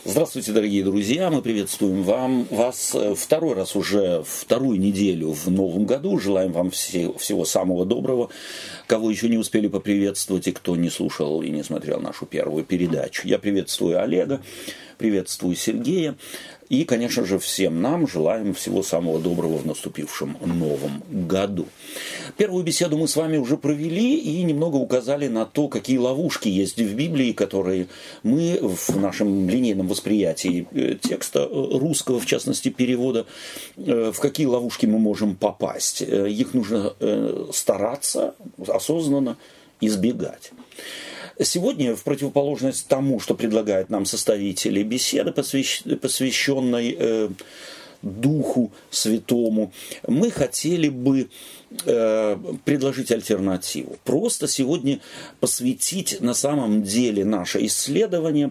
Здравствуйте, дорогие друзья, мы приветствуем вас второй раз уже, вторую неделю в новом году. Желаем вам всего самого доброго. Кого еще не успели поприветствовать и кто не слушал и не смотрел нашу первую передачу. Я приветствую Олега, приветствую Сергея. И, конечно же, всем нам желаем всего самого доброго в наступившем новом году. Первую беседу мы с вами уже провели и немного указали на то, какие ловушки есть в Библии, которые мы в нашем линейном восприятии текста русского, в частности, перевода, в какие ловушки мы можем попасть. Их нужно стараться осознанно избегать. Сегодня, в противоположность тому, что предлагают нам составители беседы, посвященной Духу Святому, мы хотели бы предложить альтернативу. Просто сегодня посвятить на самом деле наше исследование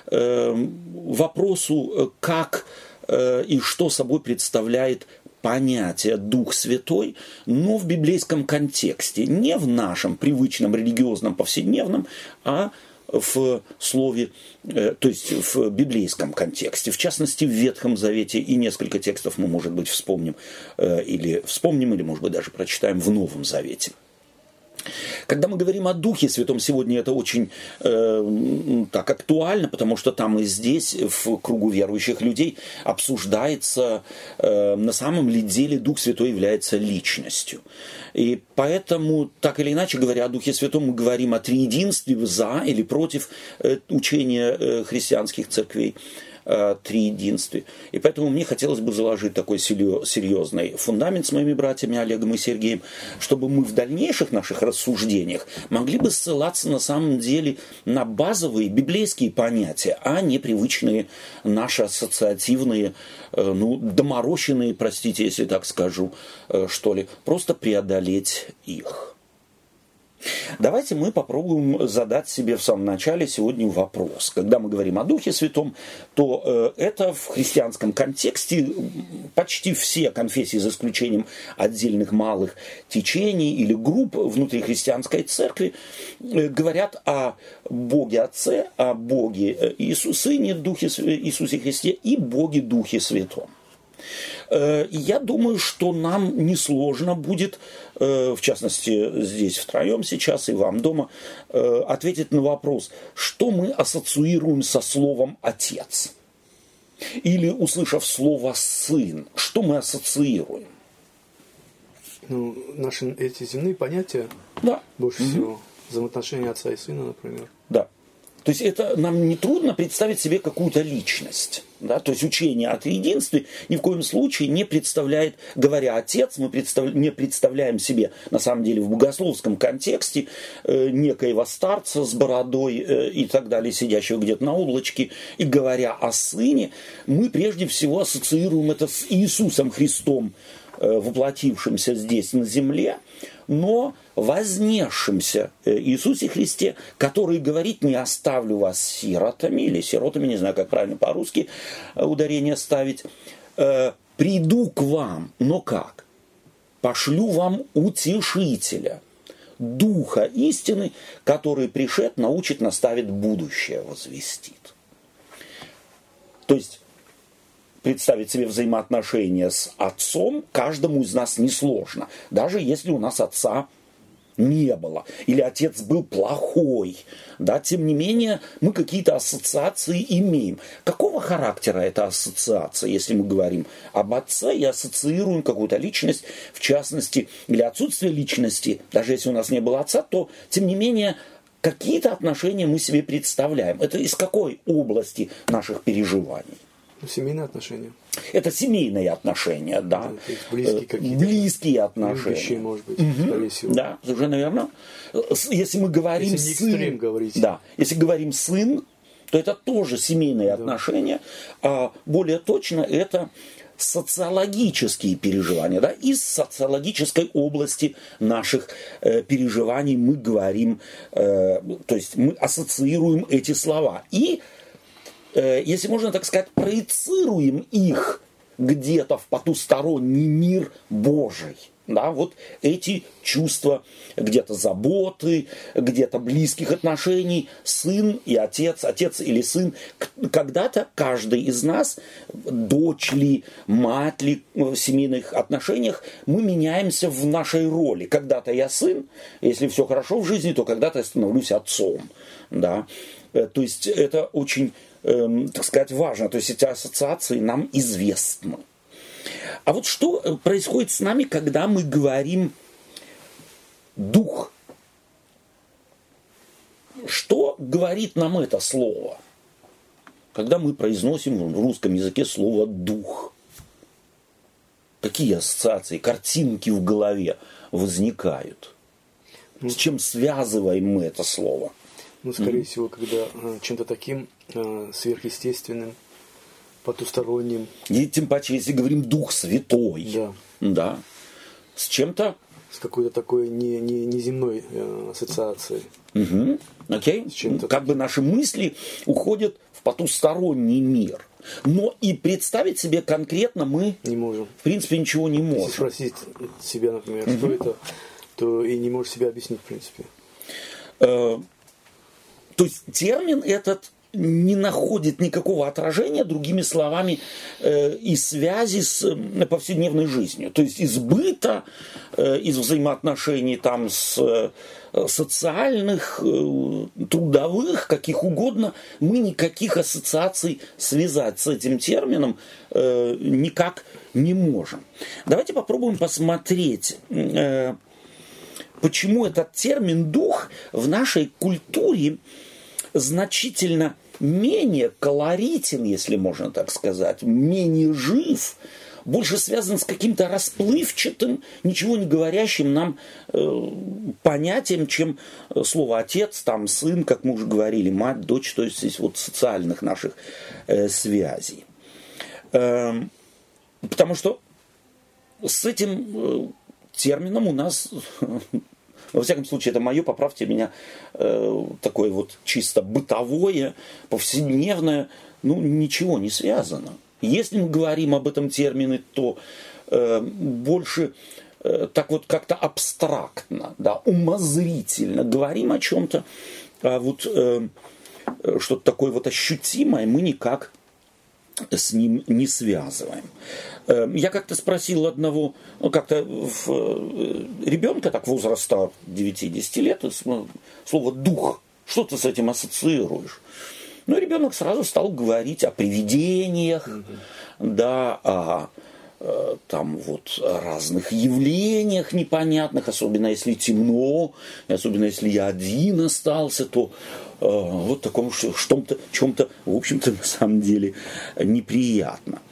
вопросу, как и что собой представляет понятие «Дух Святой», но в библейском контексте, не в нашем привычном религиозном повседневном, а в слове, то есть в библейском контексте, в частности, в Ветхом Завете, и несколько текстов мы, может быть, вспомним, или, может быть, даже прочитаем в Новом Завете. Когда мы говорим о Духе Святом сегодня, это очень так актуально, потому что там и здесь, в кругу верующих людей, обсуждается, на самом ли деле Дух Святой является личностью. И поэтому, так или иначе, говоря о Духе Святом, мы говорим о триединстве, за или против учения христианских церквей. Триединстве. И поэтому мне хотелось бы заложить такой серьезный фундамент с моими братьями Олегом и Сергеем, чтобы мы в дальнейших наших рассуждениях могли бы ссылаться на самом деле на базовые библейские понятия, а не привычные наши ассоциативные, доморощенные, простите, если так скажу, что ли, просто преодолеть их. Давайте мы попробуем задать себе в самом начале сегодня вопрос. Когда мы говорим о Духе Святом, то это в христианском контексте почти все конфессии, за исключением отдельных малых течений или групп внутри христианской церкви, говорят о Боге Отце, о Боге Сыне, Духе Иисусе Христе и Боге Духе Святом. Я думаю, что нам несложно будет, в частности, здесь втроем сейчас и вам дома, ответить на вопрос, что мы ассоциируем со словом «отец». Или, услышав слово «сын», что мы ассоциируем? Наши эти земные понятия, больше всего, взаимоотношения отца и сына, например. Да. То есть это нам не трудно представить себе какую-то личность. Да? То есть учение о триединстве ни в коем случае не представляет, говоря «отец», мы не представляем себе, на самом деле, в богословском контексте некоего старца с бородой и так далее, сидящего где-то на облачке. И говоря о сыне, мы прежде всего ассоциируем это с Иисусом Христом, воплотившимся здесь на земле, но вознесшимся Иисусе Христе, который говорит: «Не оставлю вас сиротами», или сиротами, не знаю, как правильно по-русски ударение ставить, «приду к вам». Но как? «Пошлю вам утешителя, Духа истины, который пришед, научит, наставит, будущее возвестит». То есть представить себе взаимоотношения с отцом каждому из нас несложно. Даже если у нас отца не было, или отец был плохой, да, тем не менее мы какие-то ассоциации имеем. Какого характера эта ассоциация, если мы говорим об отце и ассоциируем какую-то личность, в частности, или отсутствие личности, даже если у нас не было отца, то, тем не менее, какие-то отношения мы себе представляем. Это из какой области наших переживаний? Семейные отношения. Это семейные отношения, да. Близкие какие-то. Близкие отношения. Любящие, может быть, скорее всего. Да, совершенно верно. Если мы говорим если не экстрим говорить. Да, если говорим сын, то это тоже семейные отношения, а более точно это социологические переживания, да, из социологической области наших переживаний мы говорим, то есть мы ассоциируем эти слова. И, если можно так сказать, проецируем их где-то в потусторонний мир Божий. Да, вот эти чувства где-то заботы, где-то близких отношений, сын и отец, отец или сын. Когда-то каждый из нас, дочь ли, мать ли в семейных отношениях, мы меняемся в нашей роли. Когда-то я сын, если все хорошо в жизни, то когда-то я становлюсь отцом. Да. То есть это очень, так сказать, важно. То есть эти ассоциации нам известны. А вот что происходит с нами, когда мы говорим «дух»? Что говорит нам это слово? Когда мы произносим в русском языке слово «дух». Какие ассоциации, картинки в голове возникают? С чем связываем мы это слово? Ну, скорее всего, когда чем-то таким сверхъестественным, потусторонним. И тем паче, если говорим Дух Святой. Да. Да. С чем-то. С какой-то такой неземной ассоциацией. Угу. Окей. Как бы наши мысли уходят в потусторонний мир. Но и представить себе конкретно мы не можем. В принципе, ничего не можем. Если спросить себя, например, что это, то и не можешь себя объяснить, в принципе. То есть термин этот не находит никакого отражения, другими словами, и связи с повседневной жизнью. То есть из быта, из взаимоотношений там с социальных, трудовых, каких угодно, мы никаких ассоциаций связать с этим термином никак не можем. Давайте попробуем посмотреть, почему этот термин «дух» в нашей культуре значительно менее колоритен, если можно так сказать, менее жив, больше связан с каким-то расплывчатым, ничего не говорящим нам понятием, чем слово «отец», там, «сын», как мы уже говорили, «мать», «дочь», то есть здесь вот социальных наших связей. Потому что с этим термином у нас... Во всяком случае, это мое, поправьте меня, такое вот чисто бытовое, повседневное, ничего не связано. Если мы говорим об этом термине, то больше так вот как-то абстрактно, да, умозрительно говорим о чем-то, а вот что-то такое вот ощутимое мы никак с ним не связываем. Я как-то спросил одного, ребенка, так возраста 9-10 лет, слово «дух», что ты с этим ассоциируешь? Ребенок сразу стал говорить о привидениях, да, о там вот разных явлениях непонятных, особенно если темно, особенно если я один остался, то вот таком чем-то, в общем-то, на самом деле неприятно.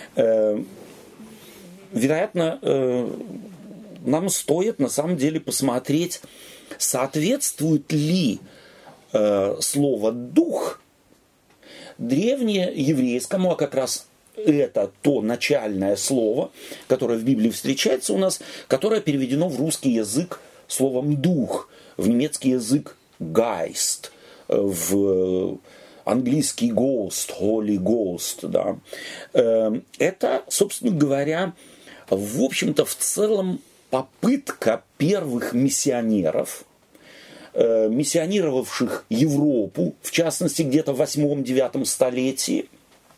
Вероятно, нам стоит на самом деле посмотреть, соответствует ли слово «дух» древнееврейскому, а как раз это то начальное слово, которое в Библии встречается у нас, которое переведено в русский язык словом «дух», в немецкий язык «Geist», в английский «ghost», «holy ghost». Да. Это, собственно говоря, в общем-то, в целом попытка первых миссионеров, миссионировавших Европу, в частности, где-то в 8-9 столетии,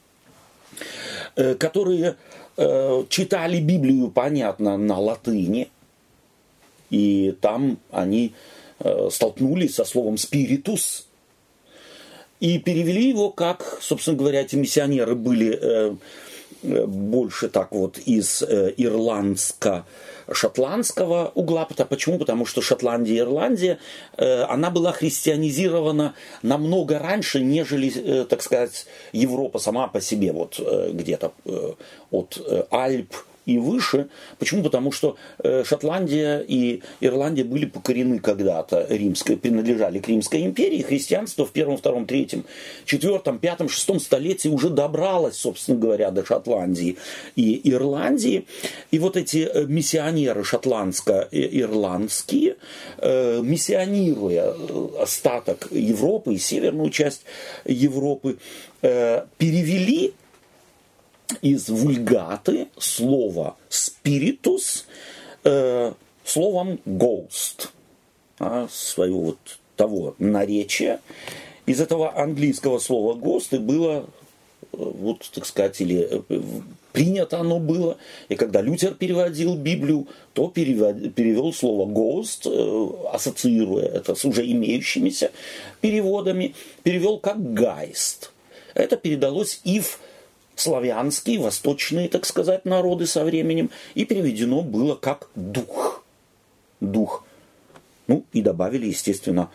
которые читали Библию, понятно, на латыни, и там они столкнулись со словом «спиритус», и перевели его как, собственно говоря, эти миссионеры были больше так вот из ирландско-шотландского угла. Почему? Потому что Шотландия и Ирландия, она была христианизирована намного раньше, нежели, так сказать, Европа сама по себе, вот где-то от Альп и выше. Почему? Потому что Шотландия и Ирландия были покорены когда-то принадлежали к Римской империи. Христианство в 1, 2, 3, 4, 5, 6 столетии уже добралось, собственно говоря, до Шотландии и Ирландии. И вот эти миссионеры шотландско-ирландские, миссионируя остаток Европы и северную часть Европы, перевели из вульгаты слово «спиритус» словом ghost, своего вот того наречия. Из этого английского слова ghost и было, вот, так сказать, или принято оно было. И когда Лютер переводил Библию, то перевел слово ghost, ассоциируя это с уже имеющимися переводами, перевел как geist. Это передалось и в славянские, восточные, так сказать, народы со временем, и переведено было как дух. Дух. Ну, и добавили, естественно,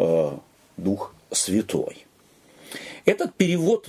Дух Святой. Этот перевод,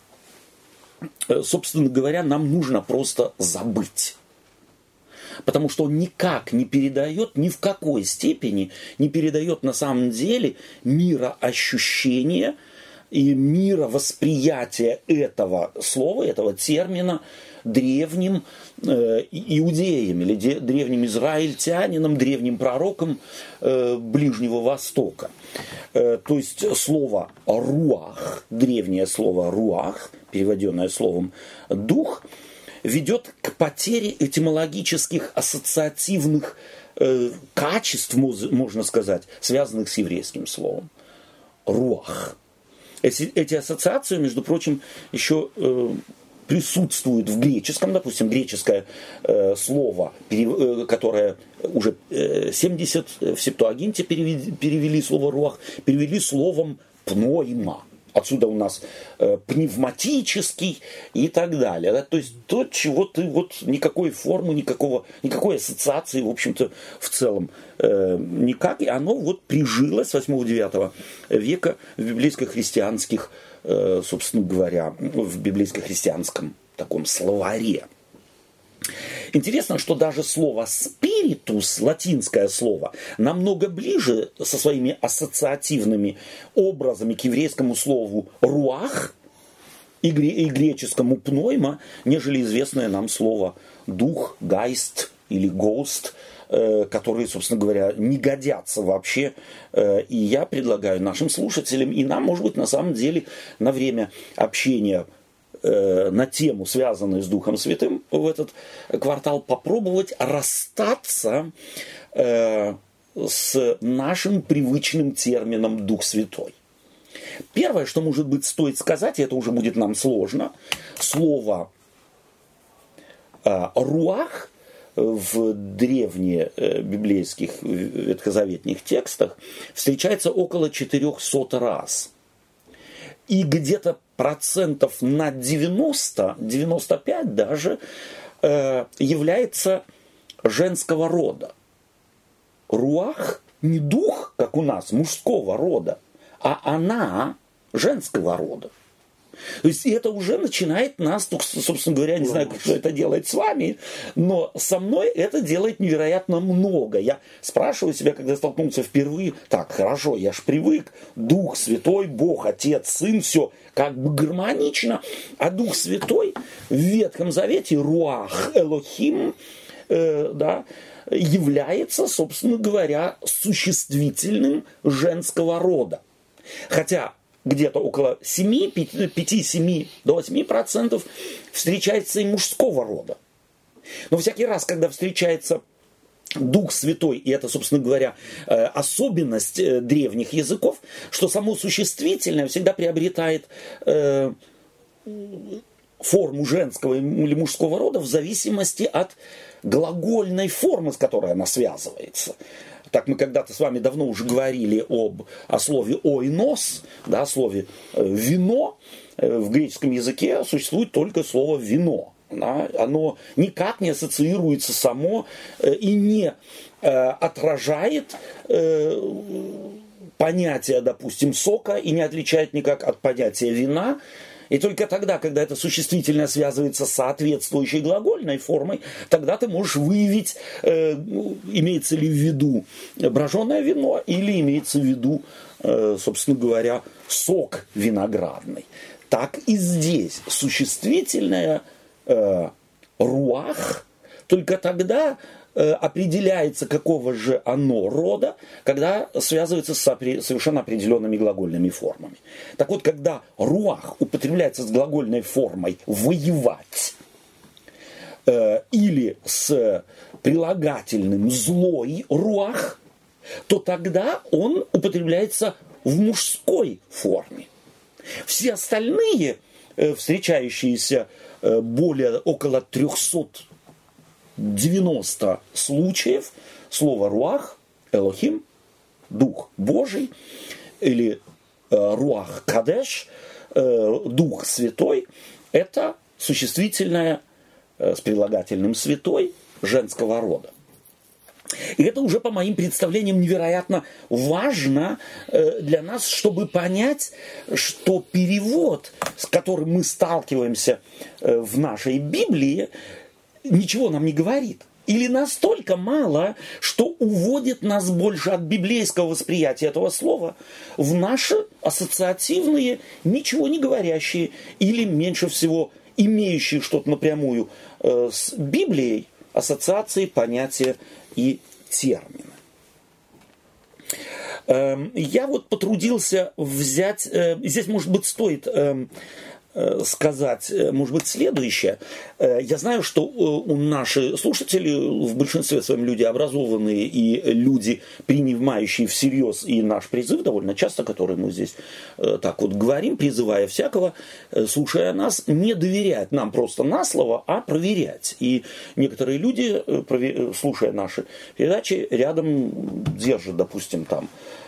собственно говоря, нам нужно просто забыть. Потому что он никак не передает, ни в какой степени не передает на самом деле мироощущения и мировосприятия этого слова, этого термина древним иудеям или древним израильтянинам, древним пророкам Ближнего Востока. То есть слово «руах», древнее слово «руах», переведенное словом «дух», ведет к потере этимологических ассоциативных качеств, можно сказать, связанных с еврейским словом. «Руах». Эти ассоциации, между прочим, еще присутствуют в греческом, допустим, греческое слово, которое уже 70 в Септуагинте перевели слово «руах», перевели словом «пнойма». Отсюда у нас пневматический и так далее. Да? То есть то, чего ты вот никакой формы, никакой ассоциации, в общем-то, в целом никак. И оно вот прижилось с 8-9 века в библейско-христианских, собственно говоря, в библейско-христианском таком словаре. Интересно, что даже слово «спиритус», латинское слово, намного ближе со своими ассоциативными образами к еврейскому слову «руах» и греческому «пнойма», нежели известное нам слово «дух», «гайст» или «гост», которые, собственно говоря, не годятся вообще. И я предлагаю нашим слушателям и нам, может быть, на самом деле на время общения на тему, связанную с Духом Святым, в этот квартал попробовать расстаться с нашим привычным термином «Дух Святой». Первое, что, может быть, стоит сказать, и это уже будет нам сложно, слово «руах» в древних библейских ветхозаветных текстах встречается около 400 раз. И где-то процентов на 90, 95 даже, является женского рода. Руах не дух, как у нас, мужского рода, а она женского рода. То есть это уже начинает нас, собственно говоря, не знаю, что это делает с вами, но со мной это делает невероятно много. Я спрашиваю себя, когда столкнулся впервые, так, хорошо, я ж привык, Дух Святой, Бог, Отец, Сын, все как бы гармонично, а Дух Святой в Ветхом Завете, Руах Элохим, да, является, собственно говоря, существительным женского рода. Хотя где-то около 5-7 до 8% встречается и мужского рода. Но всякий раз, когда встречается Дух Святой, и это, собственно говоря, особенность древних языков, что само существительное всегда приобретает форму женского или мужского рода в зависимости от глагольной формы, с которой она связывается. Так мы когда-то с вами давно уже говорили о слове «ойнос», да, о слове «вино». В греческом языке существует только слово «вино». Да, оно никак не ассоциируется само и не отражает понятие, допустим, сока и не отличает никак от понятия вина. И только тогда, когда это существительное связывается с соответствующей глагольной формой, тогда ты можешь выявить, имеется ли в виду броженое вино или имеется в виду, собственно говоря, сок виноградный. Так и здесь существительное руах только тогда определяется, какого же оно рода, когда связывается с совершенно определенными глагольными формами. Так вот, когда руах употребляется с глагольной формой «воевать» или с прилагательным «злой руах», то тогда он употребляется в мужской форме. Все остальные, встречающиеся около 390 случаев, слово «руах», «элохим», «дух Божий», или «руах кадеш», «дух святой», это существительное с прилагательным «святой» женского рода. И это уже, по моим представлениям, невероятно важно для нас, чтобы понять, что перевод, с которым мы сталкиваемся в нашей Библии, ничего нам не говорит. Или настолько мало, что уводит нас больше от библейского восприятия этого слова в наши ассоциативные, ничего не говорящие, или меньше всего имеющие что-то напрямую с Библией, ассоциации, понятия и термины. Я вот потрудился взять, здесь, может быть, стоит сказать, может быть, следующее. Я знаю, что у наших слушателей в большинстве своем люди образованные и люди, принимающие всерьез и наш призыв довольно часто, который мы здесь так вот говорим, призывая всякого, слушая нас, не доверять нам просто на слово, а проверять. И некоторые люди, слушая наши передачи, рядом держат, допустим, там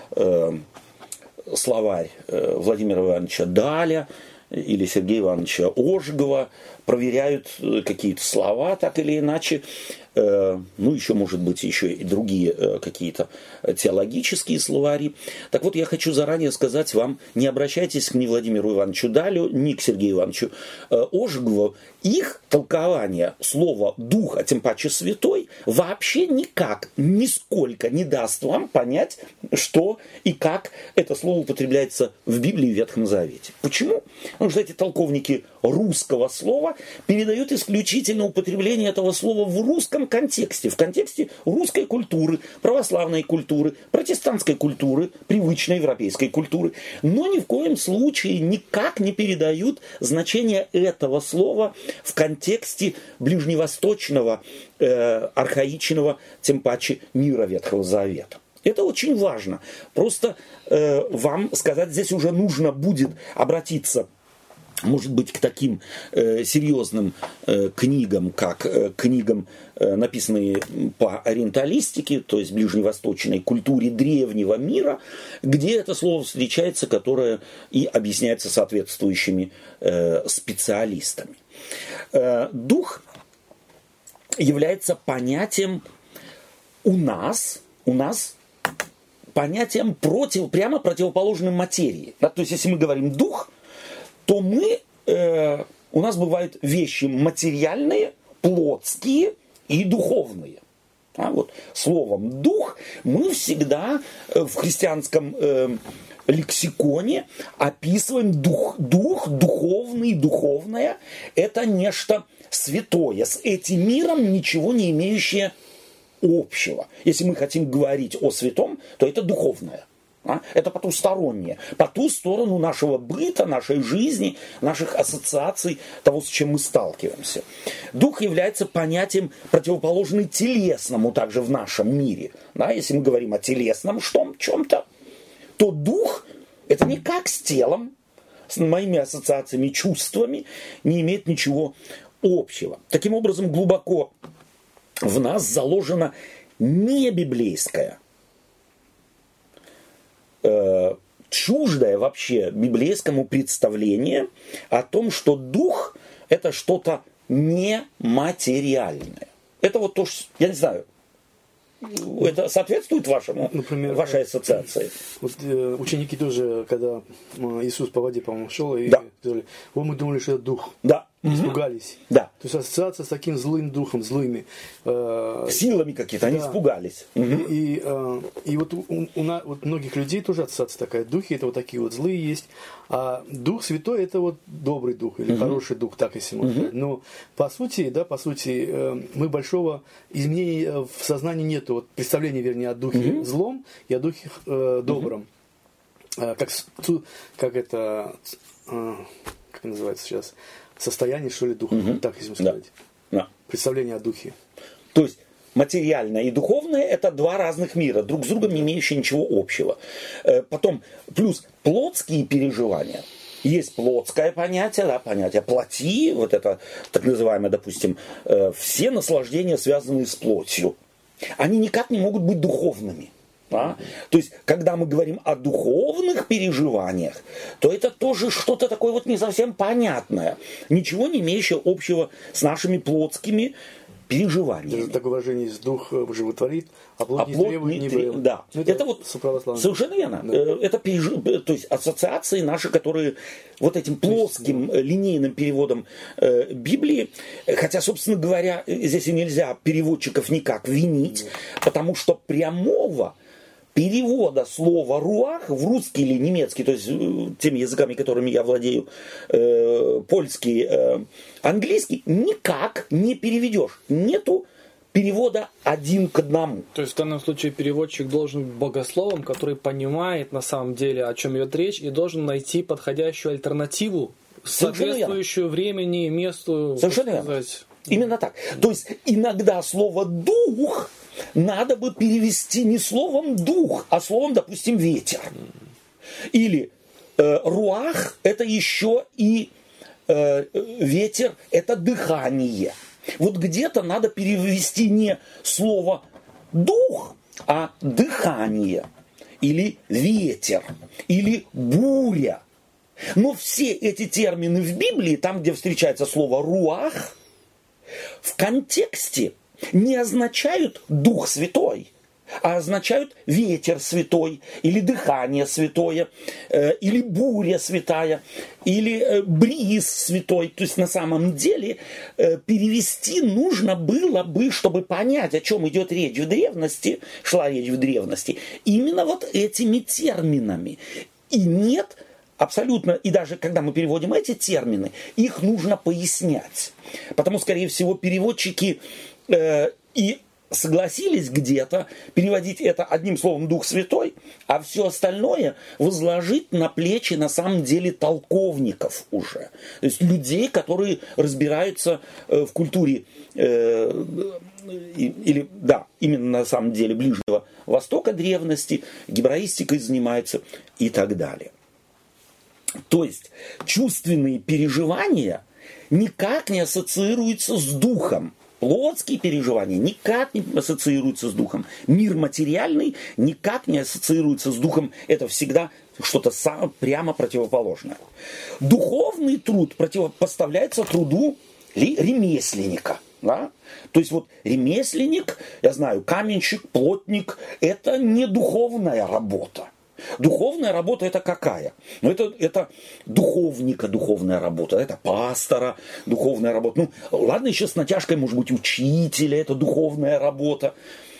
словарь Владимира Ивановича Даля или Сергея Ивановича Ожегова, проверяют какие-то слова так или иначе, ну, еще, может быть, еще и другие какие-то теологические словари. Так вот, я хочу заранее сказать вам, не обращайтесь к ни Владимиру Ивановичу Далю, ни к Сергею Ивановичу Ожегову. Их толкование слова «дух», а тем паче «святой», вообще никак, нисколько не даст вам понять, что и как это слово употребляется в Библии в Ветхом Завете. Почему? Потому что эти толковники русского слова передают исключительно употребление этого слова в русском контексте, в контексте русской культуры, православной культуры, протестантской культуры, привычной европейской культуры, но ни в коем случае никак не передают значение этого слова в контексте ближневосточного, архаичного, тем паче мира Ветхого Завета. Это очень важно. Просто вам сказать, здесь уже нужно будет обратиться, может быть, к таким серьезным книгам, как книгам, написанные по ориенталистике, то есть ближневосточной культуре древнего мира, где это слово встречается, которое и объясняется соответствующими специалистами. Дух является понятием у нас понятием прямо противоположным материи. Да? То есть, если мы говорим «дух», то у нас бывают вещи материальные, плотские и духовные. А вот словом «дух» мы всегда в христианском лексиконе описываем дух, духовный, духовное. Это нечто святое, с этим миром ничего не имеющее общего. Если мы хотим говорить о святом, то это духовное. Это потустороннее, по ту сторону нашего быта, нашей жизни, наших ассоциаций, того, с чем мы сталкиваемся. Дух является понятием, противоположным телесному также в нашем мире. Да, если мы говорим о телесном чем-то, то дух – это не как с телом, с моими ассоциациями, чувствами, не имеет ничего общего. Таким образом, глубоко в нас заложено не библейское, чуждое вообще библейскому представление о том, что дух – это что-то нематериальное. Это вот то, что, я не знаю, это соответствует например, вашей ассоциации? Вот, ученики тоже, когда Иисус по воде, по-моему, шел, и сказали, мы думали, что это дух. Да. Испугались. Да. То есть ассоциация с таким злым духом, злыми. Силами какие-то, они испугались. И вот у многих людей тоже ассоциация такая. Духи это вот такие вот злые есть. А Дух Святой это вот добрый дух или хороший дух, так если можно сказать. Но по сути, мы большого изменения в сознании нету. Вот представления, вернее, о духе злом и о духе добром. Как это называется сейчас? Состояние, что ли, духа, так если сказать. Да. Представление о духе. То есть материальное и духовное – это два разных мира, друг с другом не имеющие ничего общего. Потом, плюс плотские переживания. Есть плотское понятие, да, понятие плоти, вот это так называемое, допустим, все наслаждения, связанные с плотью. Они никак не могут быть духовными. Да? То есть, когда мы говорим о духовных переживаниях, то это тоже что-то такое вот не совсем понятное, ничего не имеющее общего с нашими плотскими переживаниями. Такое выражение есть: дух животворит, а плоть не требует, не боевает. Да. Это вот совершенно верно. Да. Это то есть ассоциации наши, которые вот этим плоским линейным переводом Библии, хотя, собственно говоря, здесь и нельзя переводчиков никак винить, потому что прямого перевода слова «руах» в русский или немецкий, то есть теми языками, которыми я владею, польский, английский, никак не переведешь. Нету перевода один к одному. То есть в данном случае переводчик должен быть богословом, который понимает на самом деле, о чем идет речь, и должен найти подходящую альтернативу, соответствующую времени, месту. Совершенно верно. Именно так. То есть иногда слово «дух» надо бы перевести не словом «дух», а словом, допустим, «ветер». Или «руах» – это еще и ветер, это дыхание. Вот где-то надо перевести не слово «дух», а «дыхание», или «ветер», или «буря». Но все эти термины в Библии, там, где встречается слово «руах», в контексте не означают «Дух Святой», а означают «ветер святой», или «дыхание святое», или «буря святая», или «бриз святой». То есть на самом деле перевести нужно было бы, чтобы понять, о чем идет речь в древности, шла речь в древности, именно вот этими терминами. И нет абсолютно, и даже когда мы переводим эти термины, их нужно пояснять. Потому, скорее всего, переводчики и согласились где-то переводить это одним словом «Дух Святой», а все остальное возложить на плечи, на самом деле, толковников уже. То есть людей, которые разбираются в культуре или, да, именно на самом деле Ближнего Востока, древности, гебраистикой занимаются и так далее. То есть чувственные переживания никак не ассоциируются с духом. Плотские переживания никак не ассоциируются с духом. Мир материальный никак не ассоциируется с духом. Это всегда что-то прямо противоположное. Духовный труд противопоставляется труду ремесленника. Да? То есть вот ремесленник, я знаю, каменщик, плотник, это не духовная работа. Духовная работа это какая? Ну, это духовника духовная работа, это пастора духовная работа. Ну, ладно, еще с натяжкой, может быть, учителя, это духовная работа.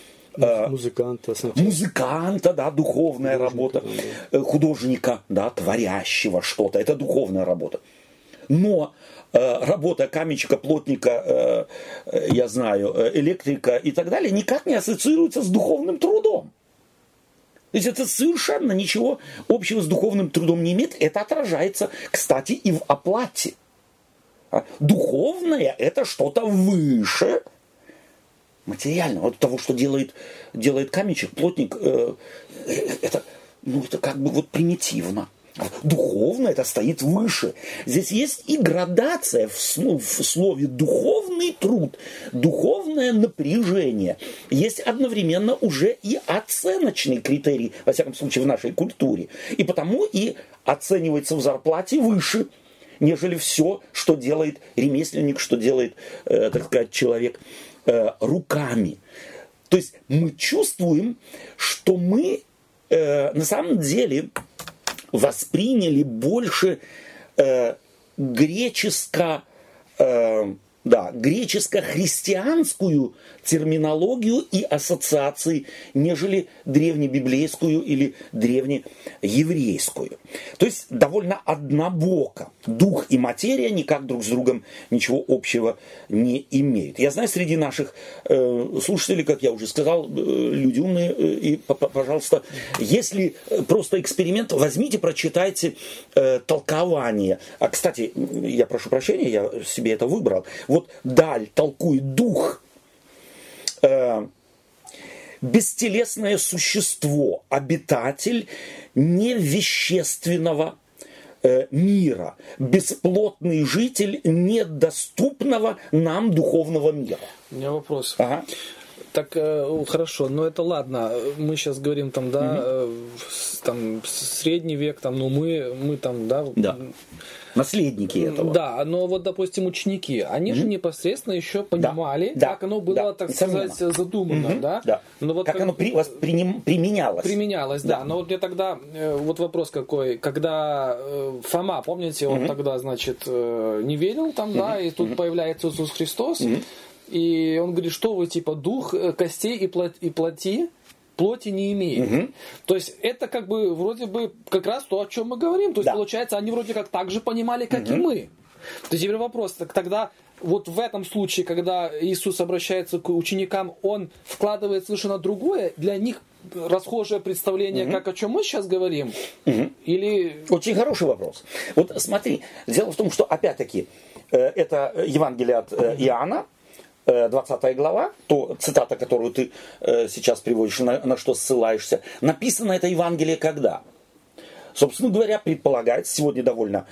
Музыканта, да, духовная работа. Да. Художника, да, творящего что-то, это духовная работа. Но работа каменщика, плотника, я знаю, электрика и так далее никак не ассоциируется с духовным трудом. То есть это совершенно ничего общего с духовным трудом не имеет. Это отражается, кстати, и в оплате. Духовное – это что-то выше материального. Вот того, что делает каменщик, плотник, это как бы вот примитивно. Духовно это стоит выше. Здесь есть и градация в слове «духовный труд», духовное напряжение. Есть одновременно уже и оценочный критерий, во всяком случае, в нашей культуре. И потому и оценивается в зарплате выше, нежели все, что делает ремесленник, что делает, так сказать, человек руками. То есть мы чувствуем, что мы на самом деле восприняли больше греческо-христианскую терминологию и ассоциации, нежели древнебиблейскую или древнееврейскую. То есть довольно однобоко. Дух и материя никак друг с другом ничего общего не имеют. Я знаю, среди наших слушателей, как я уже сказал, люди умные, и, пожалуйста, если просто эксперимент, возьмите, прочитайте толкование. А, кстати, я прошу прощения, я себе это выбрал. Вот Даль толкует дух бестелесное существо, обитатель невещественного мира, бесплотный житель недоступного нам духовного мира. У меня вопрос. Ага. Так, хорошо, но это ладно. Мы сейчас говорим там, да, там средний век, там, ну мы там, да. Да. Наследники этого. Да, но вот, допустим, ученики, они же непосредственно еще понимали, как оно было, так сказать, задумано, да? Да. Но вот как оно применялось. Применялось, да. Но вот мне тогда вот вопрос какой, когда Фома, помните, он тогда, значит, не верил там, да, и тут появляется Иисус Христос, и он говорит, что вы, типа, дух костей и плоти не имеет. То есть это как бы вроде бы как раз то, о чем мы говорим. То есть получается, они вроде как так же понимали, как и мы. То есть теперь вопрос, тогда вот в этом случае, когда Иисус обращается к ученикам, он вкладывает совершенно другое, для них расхожее представление, как о чем мы сейчас говорим? Или... Очень хороший вопрос. Вот смотри, дело в том, что опять-таки это Евангелие от Иоанна, 20 глава, то цитата, которую ты сейчас приводишь, на что ссылаешься, написано это Евангелие когда? Собственно говоря, предполагается, сегодня довольно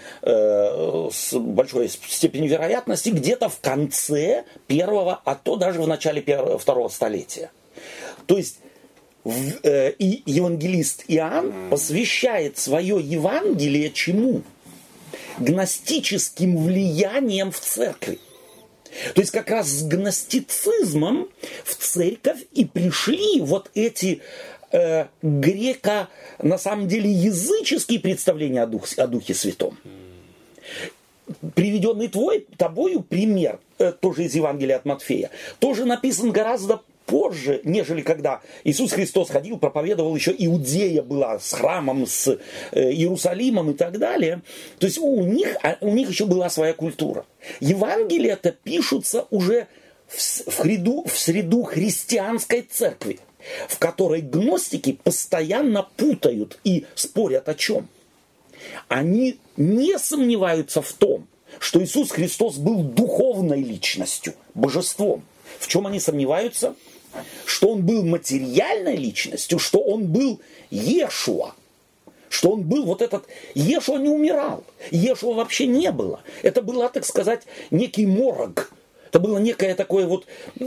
с большой степенью вероятности, где-то в конце первого, а то даже в начале второго столетия. То есть и евангелист Иоанн посвящает свое Евангелие чему? Гностическим влиянием в церкви. То есть как раз с гностицизмом в церковь и пришли вот эти греко, на самом деле, языческие представления о Духе Святом. Приведенный тобою пример, тоже из Евангелия от Матфея, тоже написан гораздо позже, нежели когда Иисус Христос ходил, проповедовал, еще Иудея была с храмом, с Иерусалимом и так далее. То есть у них еще была своя культура. Евангелия-то пишутся уже в среду христианской церкви, в которой гностики постоянно путают и спорят о чем. Они не сомневаются в том, что Иисус Христос был духовной личностью, божеством. В чем они сомневаются? Что он был материальной личностью, что он был Иешуа. Что он был вот этот... Иешуа не умирал. Иешуа вообще не было. Это была, так сказать, некий морок. Это было некое такое вот...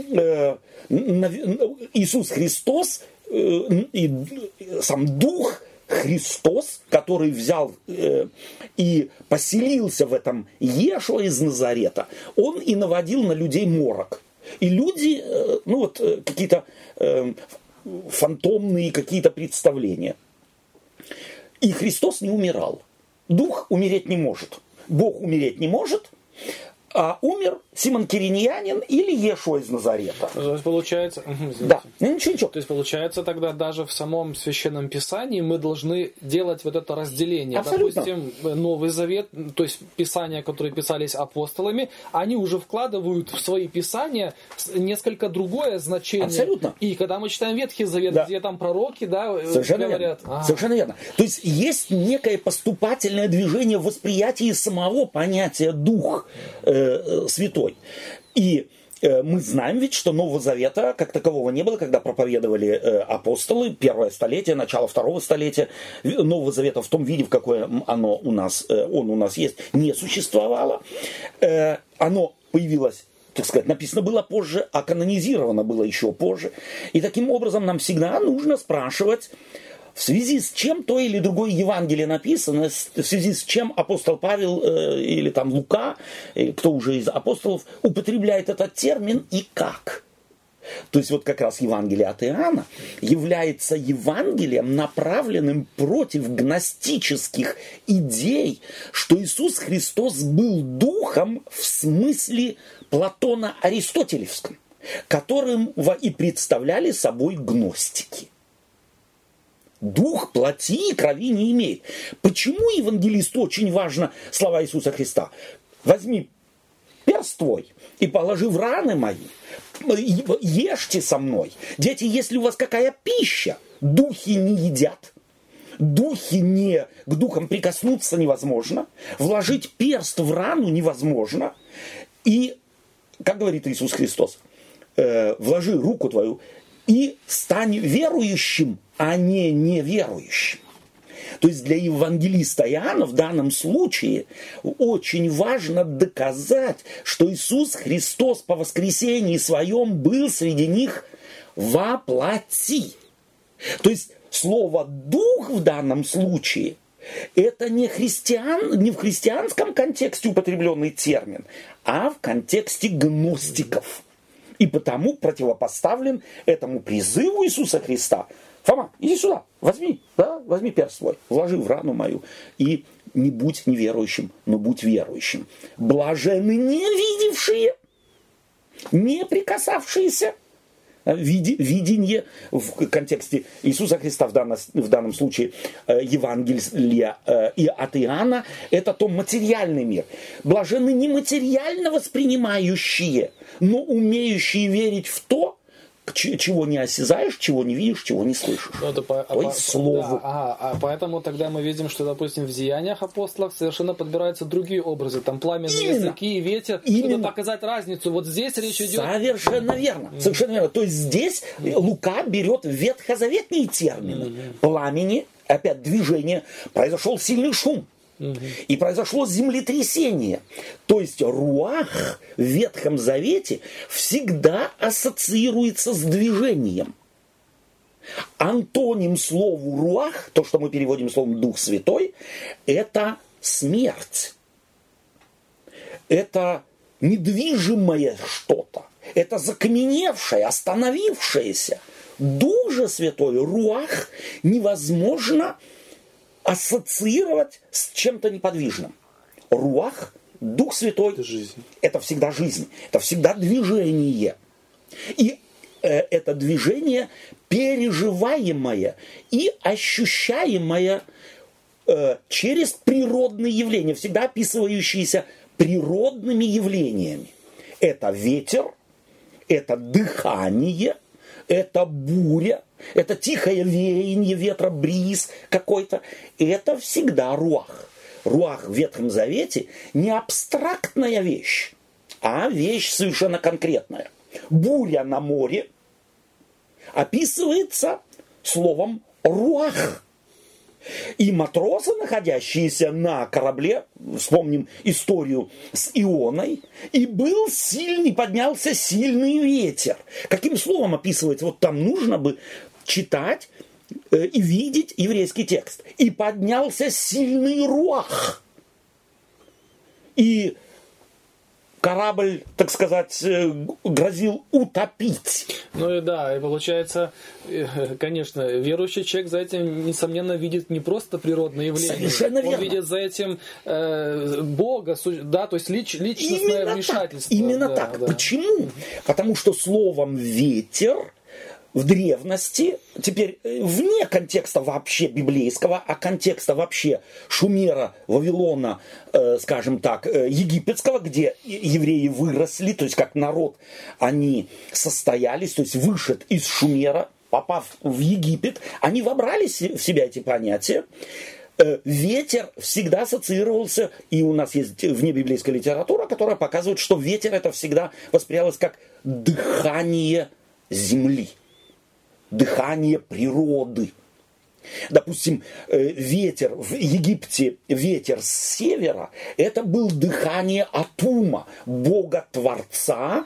Иисус Христос и сам Дух Христос, который взял и поселился в этом Иешуа из Назарета, он и наводил на людей морок. И люди, какие-то фантомные какие-то представления. И Христос не умирал. Дух умереть не может. Бог умереть не может. А умер Симон Кириньянин или Иешуа из Назарета. То есть получается... Да, ничего. То есть получается тогда даже в самом Священном Писании мы должны делать вот это разделение. Абсолютно. Допустим, Новый Завет, то есть Писания, которые писались апостолами, они уже вкладывают в свои Писания несколько другое значение. Абсолютно. И когда мы читаем Ветхий Завет, где там пророки, да, совершенно говорят... Верно. Совершенно верно. То есть есть некое поступательное движение в восприятии самого понятия Дух Святой. И мы знаем ведь, что Нового Завета как такового не было, когда проповедовали апостолы, первое столетие, начало второго столетия. Нового Завета в том виде, в какое он у нас есть, не существовало. Оно появилось, так сказать, написано было позже, а канонизировано было еще позже. И таким образом нам всегда нужно спрашивать, в связи с чем то или другое Евангелие написано, в связи с чем апостол Павел или там Лука, или кто уже из апостолов, употребляет этот термин и как. То есть вот как раз Евангелие от Иоанна является Евангелием, направленным против гностических идей, что Иисус Христос был духом в смысле Платона аристотелевском, которым и представляли собой гностики. Дух плоти и крови не имеет. Почему евангелисту очень важно слова Иисуса Христа? Возьми перст твой и положи в раны мои. Ешьте со мной. Дети, если у вас какая пища, духи не едят. К духам прикоснуться невозможно. Вложить перст в рану невозможно. И, как говорит Иисус Христос, вложи руку твою и стань верующим, а не неверующим. То есть для евангелиста Иоанна в данном случае очень важно доказать, что Иисус Христос по воскресении своем был среди них во плоти. То есть слово «дух» в данном случае это не в христианском контексте употребленный термин, а в контексте гностиков. И потому противопоставлен этому призыву Иисуса Христа: Фома, иди сюда, возьми перст свой, вложи в рану мою, и не будь неверующим, но будь верующим. Блаженны не видевшие, не прикасавшиеся. Видение в контексте Иисуса Христа в данном случае Евангелия и от Иоанна – это то материальный мир. Блаженны не материально воспринимающие, но умеющие верить в то, чего не осязаешь, чего не видишь, чего не слышишь. То есть слову. Да, поэтому тогда мы видим, что, допустим, в Деяниях апостолов совершенно подбираются другие образы. Там пламенные языки и ветер. Чтобы показать разницу. Вот здесь речь идет... Совершенно верно. Совершенно верно. То есть здесь Лука берет ветхозаветные термины. Пламени, опять движение, произошел сильный шум. И произошло землетрясение. То есть руах в Ветхом Завете всегда ассоциируется с движением. Антоним слову руах, то, что мы переводим словом Дух Святой, это смерть. Это недвижимое что-то. Это закаменевшее, остановившееся. Дух же Святой, руах, невозможно ассоциировать с чем-то неподвижным. Руах, Дух Святой, это всегда жизнь, это всегда движение. И это движение переживаемое и ощущаемое через природные явления, всегда описывающиеся природными явлениями. Это ветер, это дыхание, это буря, это тихое веяние ветра, бриз какой-то. Это всегда руах. Руах в Ветхом Завете не абстрактная вещь, а вещь совершенно конкретная. Буря на море описывается словом руах. И матросы, находящиеся на корабле, вспомним историю с Ионой, и поднялся сильный ветер. Каким словом описывается? Вот там нужно бы читать и видеть еврейский текст. И поднялся сильный руах. И корабль, так сказать, грозил утопить. Ну и да, и получается, конечно, верующий человек за этим, несомненно, видит не просто природное явление. Совершенно верно. Он видит за этим Бога, да, то есть личностное вмешательство. Именно так. Да. Почему? Потому что словом «ветер» в древности, теперь вне контекста вообще библейского, а контекста вообще Шумера, Вавилона, скажем так, египетского, где евреи выросли, то есть как народ они состоялись, то есть вышед из Шумера, попав в Египет, они вобрали в себя эти понятия. Ветер всегда ассоциировался, и у нас есть внебиблейская литература, которая показывает, что ветер это всегда воспринималось как дыхание земли. Дыхание природы. Допустим, ветер в Египте, ветер с севера, это был дыхание Атума, бога-творца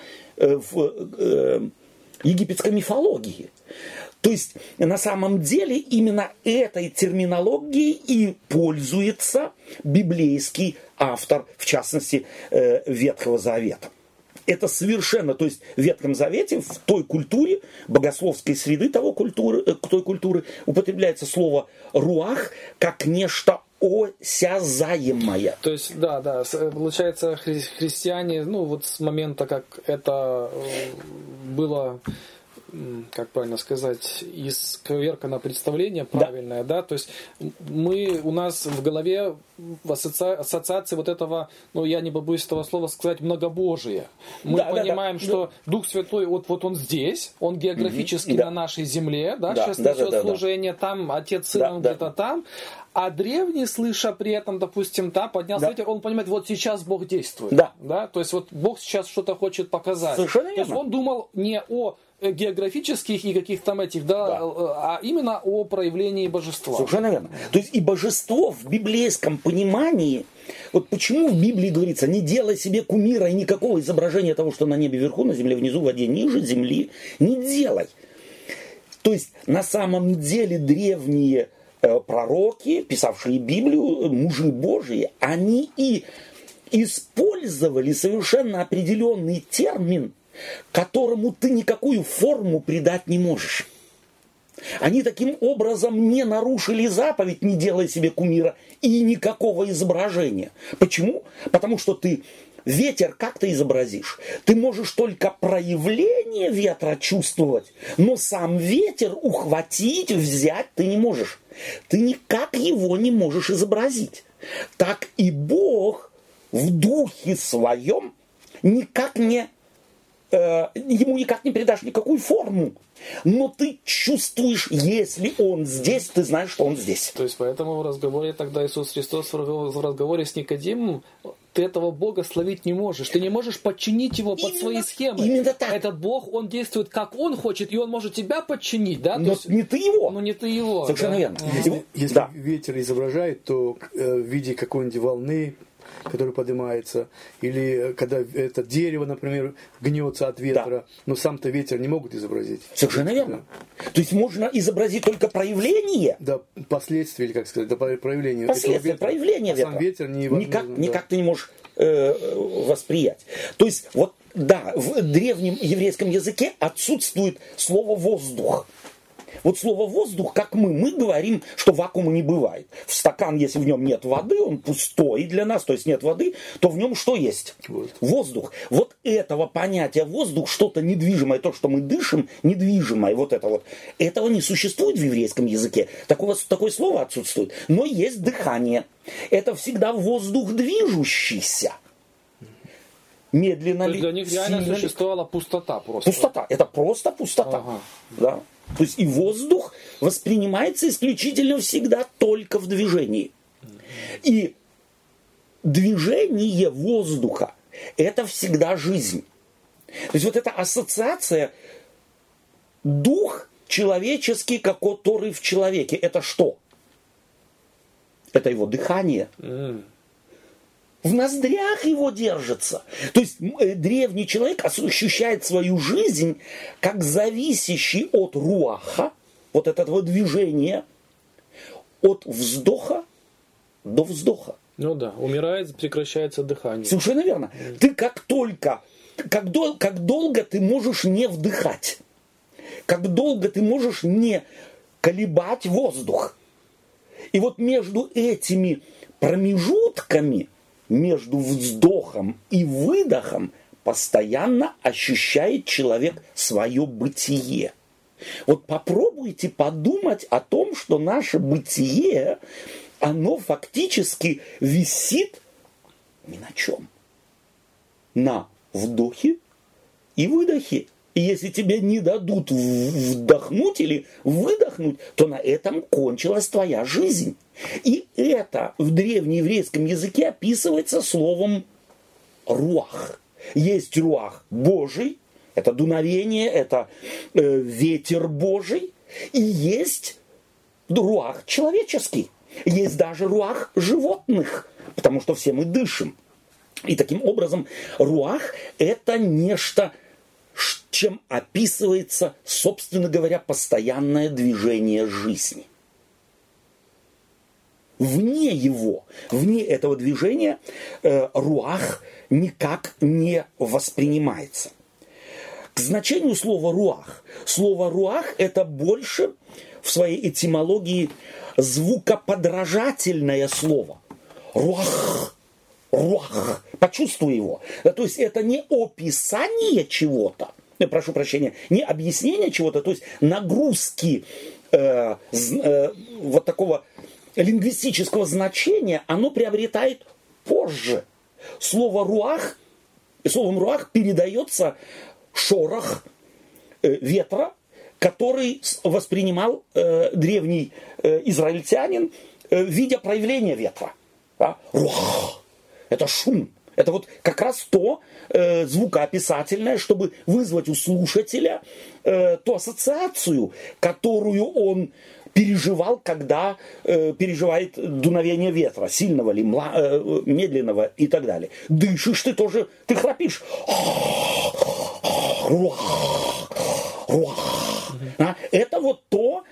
в египетской мифологии. То есть, на самом деле, именно этой терминологией и пользуется библейский автор, в частности, Ветхого Завета. Это совершенно, то есть в Ветхом Завете, в той культуре, богословской среды той культуры, употребляется слово «руах» как нечто осязаемое. То есть, да, получается, христиане, вот с момента, как это было, как правильно сказать, исковеркано представление правильное, да, то есть у нас в голове ассоциации вот этого, я не побоюсь этого слова сказать, многобожие. Мы понимаем, что Дух Святой, вот он здесь, он географически на нашей земле, сейчас несет служение, там Отец Сын где-то там, а древний, слыша при этом, допустим, поднялся ветер, он понимает, вот сейчас Бог действует. Да? То есть вот Бог сейчас что-то хочет показать. Совершенно верно. То есть он думал не о географических и каких-то там этих, да, а именно о проявлении божества. Совершенно верно. То есть и божество в библейском понимании, вот почему в Библии говорится, не делай себе кумира и никакого изображения того, что на небе вверху, на земле внизу, в воде ниже земли, не делай. То есть на самом деле древние пророки, писавшие Библию, мужи Божии, они и использовали совершенно определенный термин, которому ты никакую форму придать не можешь. Они таким образом не нарушили заповедь «не делай себе кумира» и никакого изображения. Почему? Потому что ты ветер как ты изобразишь? Ты можешь только проявление ветра чувствовать, но сам ветер ухватить, взять ты не можешь. Ты никак его не можешь изобразить. Так и Бог в духе своем никак не ему никак не придашь никакую форму. Но ты чувствуешь, если он здесь, ты знаешь, что он здесь. То есть поэтому в разговоре тогда Иисус Христос в разговоре с Никодимом, ты этого Бога словить не можешь. Ты не можешь подчинить его под свои схемы. Именно так. Этот Бог, он действует как он хочет, и он может тебя подчинить, да? Но не ты его. Но не ты его. Совершенно верно. Если ветер изображает, то в виде какой-нибудь волны, который поднимается, или когда это дерево, например, гнется от ветра, но сам-то ветер не могут изобразить. Совершенно верно. То есть можно изобразить только проявление. Да, последствия, или как сказать, да, проявление. Последствия, проявление ветра. Сам ветер никак ты не можешь восприять. То есть, вот, да, в древнем еврейском языке отсутствует слово «воздух». Вот слово «воздух», как мы говорим, что вакуума не бывает. В стакан, если в нем нет воды, он пустой для нас, то есть нет воды, то в нем что есть? Воздух. Вот этого понятия воздух, что-то недвижимое, то, что мы дышим, недвижимое, вот это вот, этого не существует в еврейском языке. Такое слово отсутствует. Но есть дыхание. Это всегда воздух движущийся. Медленно ли? Для них реально существовала пустота просто. Пустота. Это просто пустота. Ага. Да. То есть и воздух воспринимается исключительно всегда только в движении. И движение воздуха – это всегда жизнь. То есть вот эта ассоциация дух человеческий, который в человеке – это что? Это его дыхание. В ноздрях его держится. То есть древний человек ощущает свою жизнь как зависящий от руаха, вот этого движения, от вздоха до вздоха. Ну да, умирает, прекращается дыхание. Совершенно верно. Ты как долго ты можешь не вдыхать, как долго ты можешь не колебать воздух. И вот между этими промежутками, между вздохом и выдохом постоянно ощущает человек свое бытие. Вот попробуйте подумать о том, что наше бытие, оно фактически висит ни на чем. На вдохе и выдохе. И если тебе не дадут вдохнуть или выдохнуть, то на этом кончилась твоя жизнь. И это в древнееврейском языке описывается словом руах. Есть руах Божий, это дуновение, это ветер Божий. И есть руах человеческий. Есть даже руах животных, потому что все мы дышим. И таким образом руах – это нечто, чем описывается, собственно говоря, постоянное движение жизни. Вне этого движения руах никак не воспринимается. К значению слова руах. Слово руах – это больше в своей этимологии звукоподражательное слово. Руах. Руах. Почувствуй его. То есть это не описание чего-то, прошу прощения, не объяснение чего-то, то есть нагрузки вот такого лингвистического значения, оно приобретает позже. Словом руах передается шорох ветра, который воспринимал древний израильтянин, видя проявление ветра. Да? Руах. Это шум, Это вот как раз то звукоописательное, чтобы вызвать у слушателя ту ассоциацию, которую он переживал, когда переживает дуновение ветра, сильного ли, медленного и так далее. Дышишь ты тоже, ты храпишь. Это вот то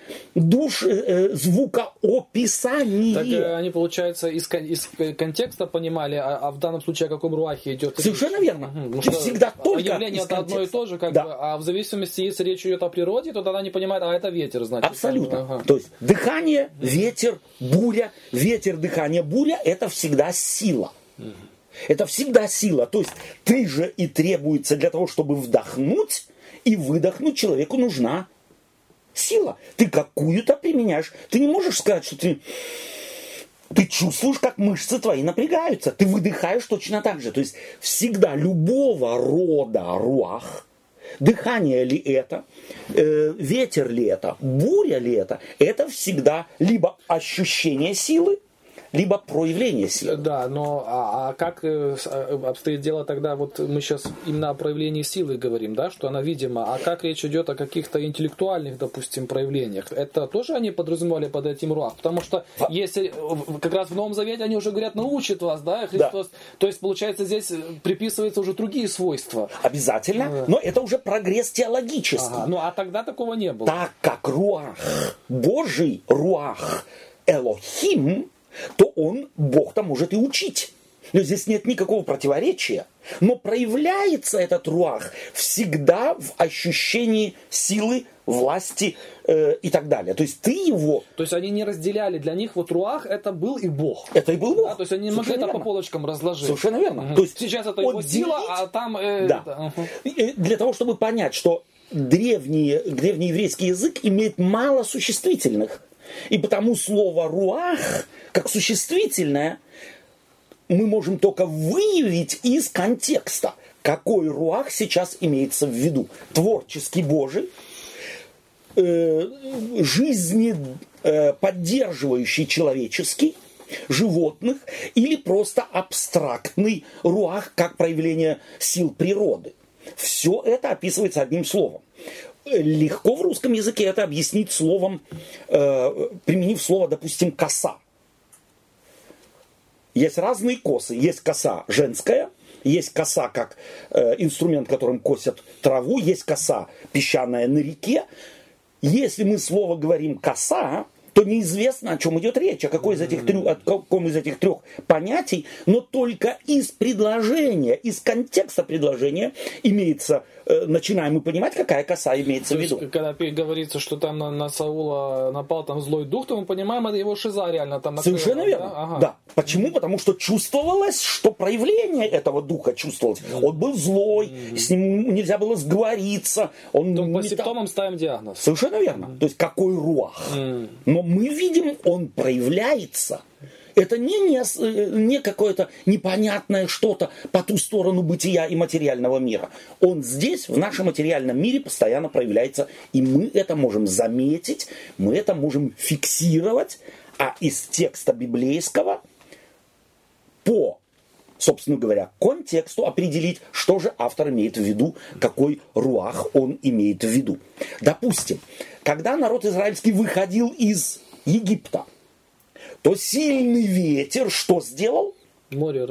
звукоописание. Так они, получается, из контекста понимали, а в данном случае о каком руахе идет речь? Совершенно верно. Ты всегда только явление это одно и то же, как бы, а в зависимости, если речь идет о природе, то тогда они понимают, а это ветер, значит. Абсолютно. То есть дыхание, ветер, буря, ветер, дыхание, буря, это всегда сила. Это всегда сила. То есть ты же и требуется для того, чтобы вдохнуть и выдохнуть, человеку нужна сила. Ты какую-то применяешь. Ты не можешь сказать, что ты чувствуешь, как мышцы твои напрягаются. Ты выдыхаешь точно так же. То есть всегда любого рода руах, дыхание ли это, ветер ли это, буря ли это всегда либо ощущение силы, либо проявление силы. Да, но как обстоит дело тогда, вот мы сейчас именно о проявлении силы говорим, да, что она видима, а как речь идет о каких-то интеллектуальных, допустим, проявлениях? Это тоже они подразумевали под этим руах? Потому что если как раз в Новом Завете они уже говорят, научит вас, да, Христос, то есть получается здесь приписываются уже другие свойства. Обязательно, но это уже прогресс теологический. Ну а тогда такого не было. Так как руах, Божий руах, Элохим, то Бог-то может и учить. Но здесь нет никакого противоречия. Но проявляется этот руах всегда в ощущении силы, власти и так далее. То есть ты его... То есть они не разделяли. Для них вот руах это был и Бог. Это и был Бог. Да, то есть они не могли это по полочкам разложить. Совершенно верно. То есть сейчас это его сила, а там... Для того, чтобы понять, что древний еврейский язык имеет мало существительных. И потому слово «руах» как существительное мы можем только выявить из контекста, какой руах сейчас имеется в виду. Творческий Божий, жизни поддерживающий человеческий, животных, или просто абстрактный руах, как проявление сил природы. Все это описывается одним словом. Легко в русском языке это объяснить словом, применив слово, допустим, коса. Есть разные косы. Есть коса женская, есть коса как инструмент, которым косят траву, есть коса песчаная на реке. Если мы слово говорим коса, то неизвестно, о чем идет речь, о каком из этих трех понятий, но только из предложения, из контекста предложения начинаем мы понимать, какая коса имеется в виду. То есть, когда говорится, что там на Саула напал там злой дух, то мы понимаем, это его шиза реально там накрыла. Совершенно верно. Да? Да. Почему? Потому что чувствовалось, что проявление этого духа чувствовалось. Он был злой, с ним нельзя было сговориться. То по симптомам ставим диагноз. Совершенно верно. То есть какой руах. Но мы видим, он проявляется. Это не какое-то непонятное что-то по ту сторону бытия и материального мира. Он здесь, в нашем материальном мире, постоянно проявляется. И мы это можем заметить, мы это можем фиксировать. А из текста библейского по, собственно говоря, контексту определить, что же автор имеет в виду, какой руах он имеет в виду. Допустим, когда народ израильский выходил из Египта, то сильный ветер что сделал? Море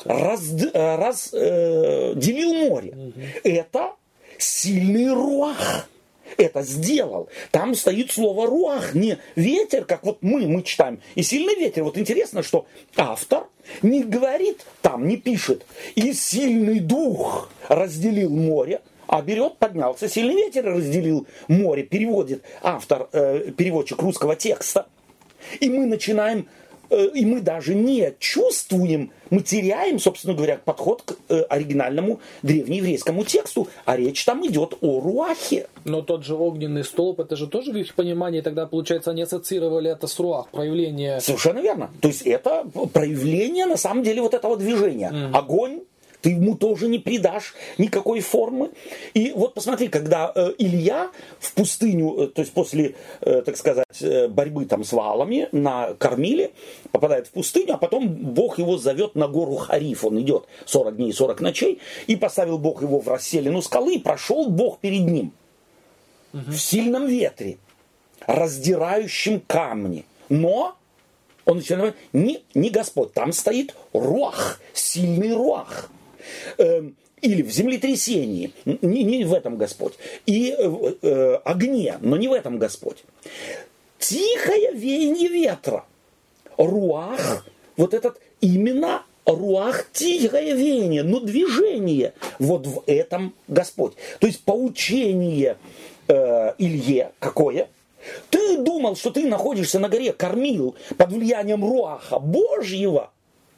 разделил море. Это сильный руах. Это сделал. Там стоит слово руах, не ветер, как вот мы читаем. И сильный ветер. Вот интересно, что автор не говорит, там не пишет, и сильный дух разделил море, а берет, поднялся сильный ветер и разделил море. Переводит автор, переводчик русского текста. И мы начинаем, и мы даже не чувствуем, мы теряем, собственно говоря, подход к оригинальному древнееврейскому тексту, а речь там идет о руахе. Но тот же огненный столб, это же тоже в их понимании, тогда, получается, они ассоциировали это с руах, проявление... Совершенно верно. То есть это проявление, на самом деле, вот этого движения. Огонь, ты ему тоже не придашь никакой формы. И вот посмотри, когда Илья в пустыню, то есть после, так сказать, борьбы там с Ваалами на Кормиле, попадает в пустыню, а потом Бог его зовет на гору Хариф. Он идет 40 дней и 40 ночей, и поставил Бог его в расселину скалы, и прошел Бог перед ним в сильном ветре, раздирающем камни. Но он начинает говорить, не Господь, там стоит руах, сильный руах. Или в землетрясении, не в этом Господь. И огне, но не в этом Господь. Тихое веяние ветра. Руах, вот этот именно руах, тихое веяние, но движение. Вот в этом Господь. То есть поучение Илье какое? Ты думал, что ты находишься на горе Кормил под влиянием руаха Божьего?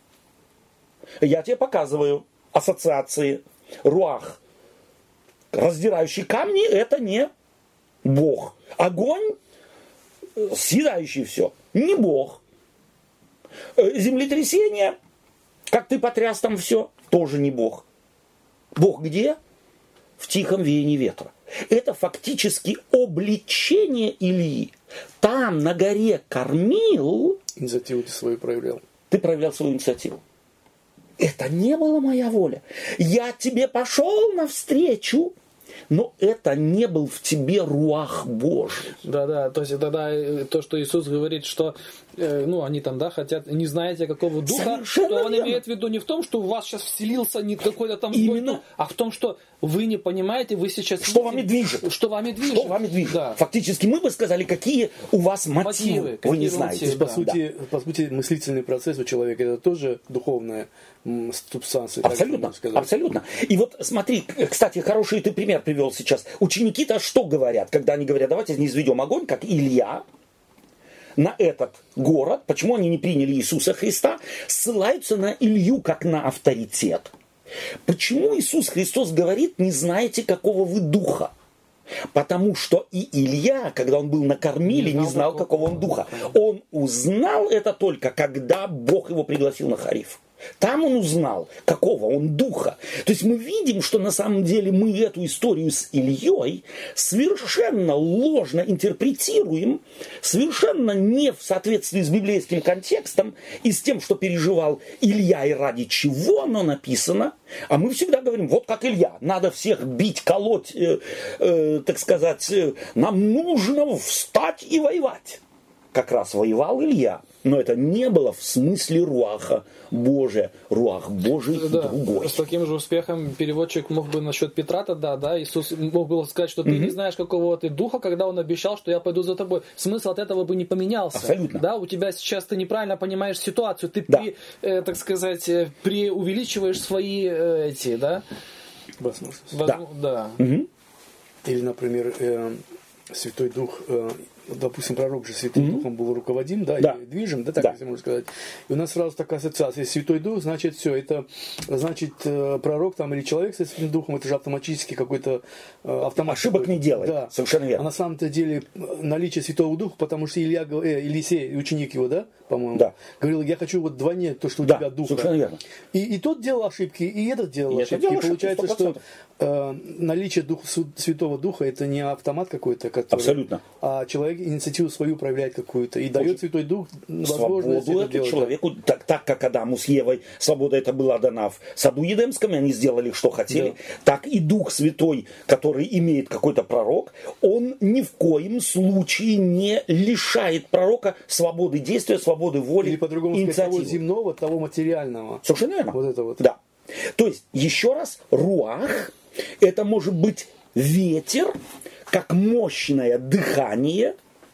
Я тебе показываю ассоциации. Руах, раздирающий камни, это не Бог. Огонь, съедающий все, не Бог. Землетрясение, как ты потряс там все, тоже не Бог. Бог где? В тихом веянии ветра. Это фактически обличение Ильи. Там, на горе Кормил... Инициативу ты свою проявлял. Ты проявлял свою инициативу. Это не была моя воля. Я тебе пошел навстречу, но это не был в тебе руах Божий. Да, то есть тогда то, что Иисус говорит, что они там, хотят, не знаете какого духа, совершенно то он верно. имеет в виду не в том, что у вас сейчас вселился не какой-то там Именно. злой дух, а в том, что вы не понимаете, вы сейчас... Что вами движет? Что вами движет. Да. Фактически мы бы сказали, какие у вас мотивы. Вы не знаете. мотивы, По сути, мыслительный процесс у человека это тоже духовная субстанция. Абсолютно, абсолютно. И вот смотри, кстати, хороший ты пример привел сейчас. Ученики-то что говорят, когда они говорят, давайте низведем огонь, как Илья, на этот город, почему они не приняли Иисуса Христа, ссылаются на Илью как на авторитет. Почему Иисус Христос говорит, не знаете, какого вы духа? Потому что и Илья, когда он был на Кормиле, не знал, какого он духа. Он узнал это только, когда Бог его пригласил на Хариф. Там он узнал, какого он духа. То есть мы видим, что на самом деле мы эту историю с Ильей совершенно ложно интерпретируем, совершенно не в соответствии с библейским контекстом и с тем, что переживал Илья и ради чего оно написано. А мы всегда говорим, вот как Илья, надо всех бить, колоть, так сказать, нам нужно встать и воевать. Как раз воевал Илья, но это не было в смысле руаха Божия. Руах Божий другой. С таким же успехом переводчик мог бы насчет Петра тогда, Иисус мог бы сказать, что ты не знаешь, какого ты духа, когда он обещал, что я пойду за тобой. Смысл от этого бы не поменялся. Абсолютно. У тебя сейчас ты неправильно понимаешь ситуацию, ты так сказать, преувеличиваешь свои возможности. Да. Или, например, Святой Дух, допустим, пророк же Святым Духом был руководим, или движим, если можно сказать. И у нас сразу такая ассоциация. Святой Дух, значит, все, это значит пророк там или человек со Святым Духом, это же автоматически какой-то автомат. Ошибок не делает, совершенно верно. А на самом-то деле наличие Святого Духа, потому что Елисей, ученик его, по-моему, говорил, я хочу вот двойне то, что у тебя Духа. Совершенно верно. И тот делал ошибки, и этот делал ошибки. И получается, 100%. Что наличие Святого Духа это не автомат какой-то, который... Абсолютно. А человек инициативу свою проявляет какую-то. И дает Святой Дух возможность свободу это делать. Человеку, так как Адаму с Евой свобода это была дана в саду Едемском, и они сделали, что хотели, так и Дух Святой, который имеет какой-то пророк, он ни в коем случае не лишает пророка свободы действия, свободы воли, или по-другому сказать, того земного, того материального. Совершенно верно. Вот это вот. Да. То есть, еще раз, руах, это может быть ветер, как мощное дыхание,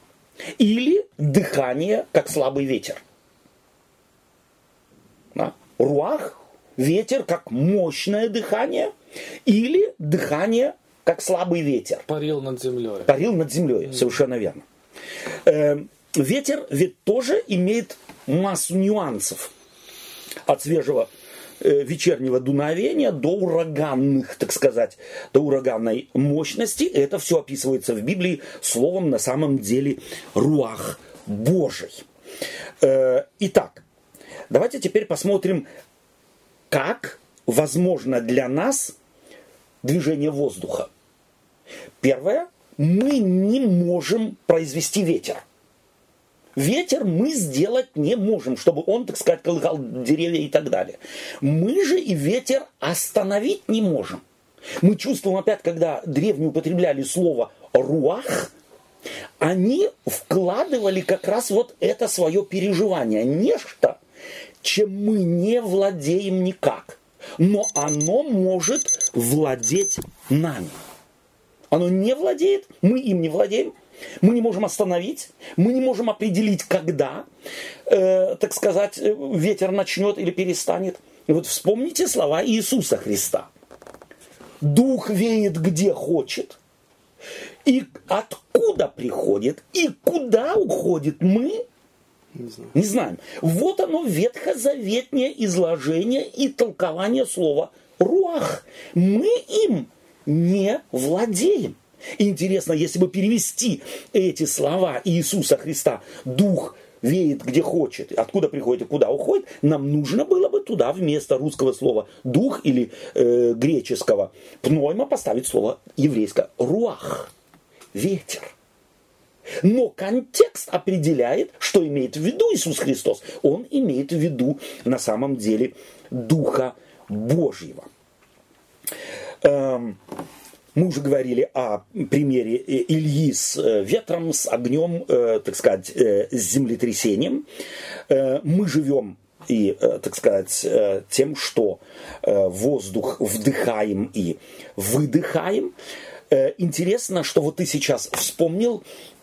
или дыхание, как слабый ветер. Руах, ветер, как мощное дыхание, или дыхание, как слабый ветер. Парил над землей. Парил над землей, совершенно верно. Ветер ведь тоже имеет массу нюансов. От свежего вечернего дуновения до ураганных, так сказать, до ураганной мощности. Это все описывается в Библии словом на самом деле руах Божий. Итак, давайте теперь посмотрим, как возможно для нас движение воздуха. Первое, мы не можем произвести ветер. Ветер мы сделать не можем, чтобы он, так сказать, колыхал деревья и так далее. Мы же и ветер остановить не можем. Мы чувствуем опять, когда древние употребляли слово «руах», они вкладывали как раз вот это свое переживание. Нечто, чем мы не владеем никак, но оно может владеть нами. Оно не владеет, мы им не владеем. Мы не можем остановить, мы не можем определить, когда, так сказать, ветер начнет или перестанет. И вот вспомните слова Иисуса Христа. Дух веет где хочет, и откуда приходит, и куда уходит, мы не знаем. Вот оно ветхозаветнее изложение и толкование слова «руах». Мы им не владеем. Интересно, если бы перевести эти слова Иисуса Христа, дух веет где хочет, откуда приходит и куда уходит, нам нужно было бы туда вместо русского слова дух или греческого пнойма поставить слово еврейское руах, ветер. Но контекст определяет, что имеет в виду Иисус Христос. Он имеет в виду на самом деле Духа Божьего. Мы уже говорили о примере Ильи с ветром, с огнем, так сказать, с землетрясением. Мы живем и, так сказать, тем, что воздух вдыхаем и выдыхаем. Интересно, что вот ты сейчас вспомнил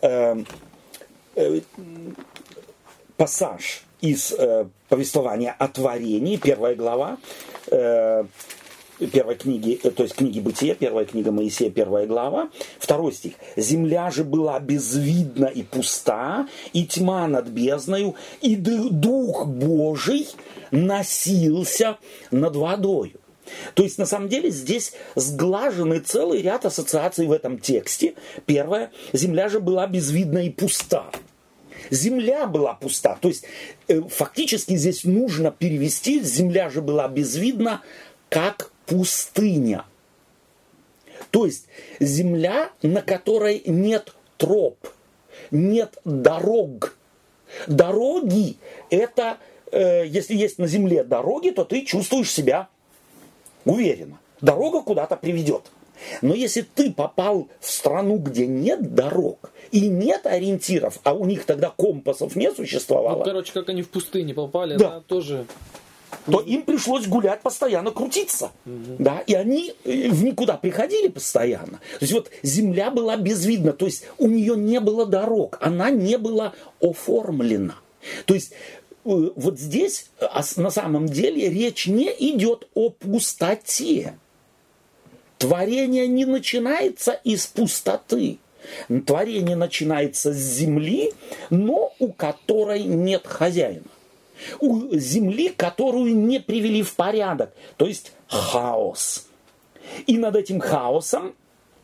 пассаж из повествования о творении, 1 глава, первой книги, то есть книги Бытия, первая книга Моисея, 1 глава, 2 стих. «Земля же была безвидна и пуста, и тьма над бездною, и Дух Божий носился над водою». То есть, на самом деле, здесь сглажены целый ряд ассоциаций в этом тексте. Первое, земля же была безвидна и пуста. Земля была пуста. То есть, фактически здесь нужно перевести «земля же была безвидна» как пустыня. То есть земля, на которой нет троп, нет дорог. Дороги – это, если есть на земле дороги, то ты чувствуешь себя уверенно. Дорога куда-то приведет. Но если ты попал в страну, где нет дорог и нет ориентиров, а у них тогда компасов не существовало. Ну, короче, как они в пустыне попали, да тоже... то им пришлось гулять, постоянно крутиться. Да? И они в никуда приходили постоянно. То есть вот земля была безвидна, то есть у нее не было дорог, она не была оформлена. То есть вот здесь на самом деле речь не идет о пустоте. Творение не начинается из пустоты. Творение начинается с земли, но у которой нет хозяина. У земли, которую не привели в порядок, то есть хаос. И над этим хаосом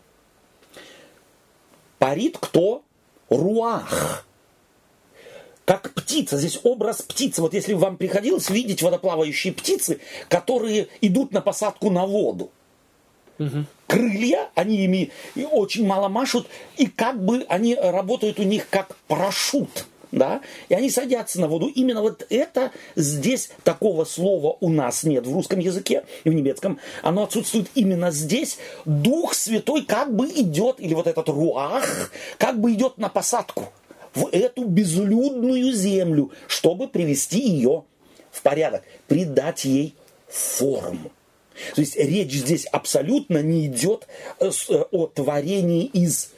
парит кто? Руах. Как птица. Здесь образ птицы. Вот если вам приходилось видеть водоплавающие птицы, которые идут на посадку на воду. Угу. Крылья, они ими очень мало машут, и как бы они работают у них как парашют. Да? И они садятся на воду. Именно вот это здесь, такого слова у нас нет в русском языке и в немецком. Оно отсутствует именно здесь. Дух Святой как бы идет, или вот этот руах, как бы идет на посадку в эту безлюдную землю, чтобы привести ее в порядок, придать ей форму. То есть речь здесь абсолютно не идет о творении из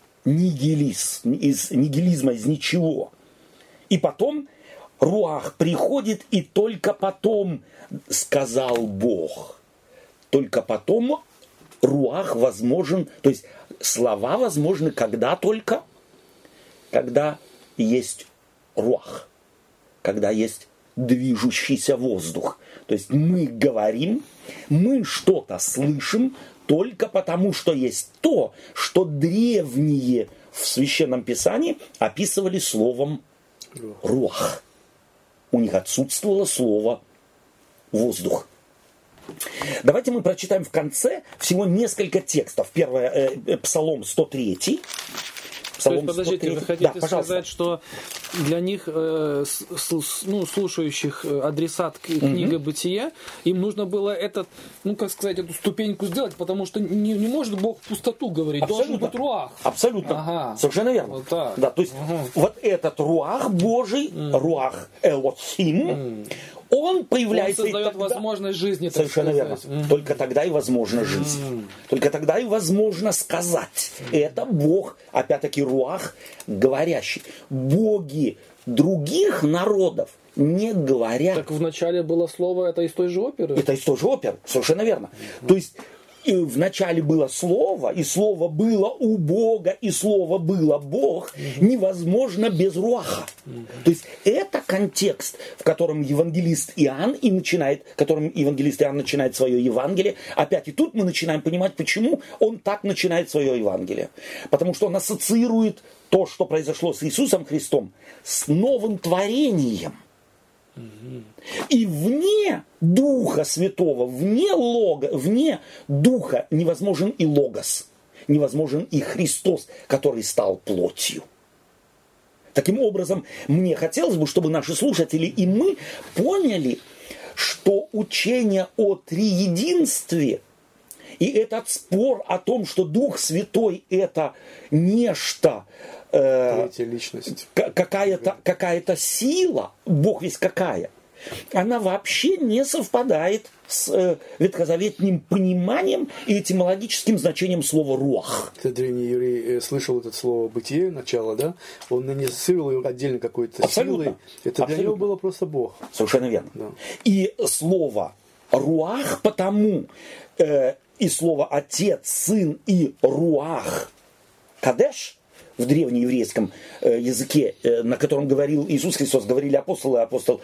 нигилизма, из ничего. И потом руах приходит, и только потом сказал Бог. Только потом руах возможен, то есть слова возможны когда только? Когда есть руах, когда есть движущийся воздух. То есть мы говорим, мы что-то слышим только потому, что есть то, что древние в Священном Писании описывали словом руах. У них отсутствовало слово воздух. Давайте мы прочитаем в конце всего несколько текстов. Первое, Псалом 103. То есть, подождите, вы хотите сказать, что для них, слушающих адресат книга Бытия, им нужно было эту ступеньку сделать, потому что не может Бог в пустоту говорить, должен быть руах. Абсолютно. Ага. Совершенно верно. Вот так. Да, то есть вот этот руах Божий, руах Элохим, он появляется... Он создает возможность жизни. Совершенно верно. Только тогда и возможна жизнь. Только тогда и возможно сказать. Это Бог, опять-таки руах, говорящий. Боги других народов не говорят. Так вначале было слово, это из той же оперы? Это из той же оперы, совершенно верно. То есть и вначале было слово, и слово было у Бога, и слово было Бог, невозможно без руаха. То есть это контекст, в котором евангелист Иоанн начинает свое Евангелие. Опять и тут мы начинаем понимать, почему он так начинает свое Евангелие. Потому что он ассоциирует то, что произошло с Иисусом Христом, с новым творением. И вне Духа Святого, вне Духа невозможен и Логос, невозможен и Христос, который стал плотью. Таким образом, мне хотелось бы, чтобы наши слушатели и мы поняли, что учение о триединстве и этот спор о том, что Дух Святой это нечто, третья личность, какая-то сила, Бог весть какая, она вообще не совпадает с ветхозаветным пониманием и этимологическим значением слова руах. Древний еврей слышал это слово бытие, начало, да? Он не ассоциировал его отдельно какой-то силой. Это для него было просто Бог. Совершенно верно. Да. И слово руах потому, и слово отец, сын и руах кадеш в древнееврейском языке, на котором говорил Иисус Христос, говорили апостолы,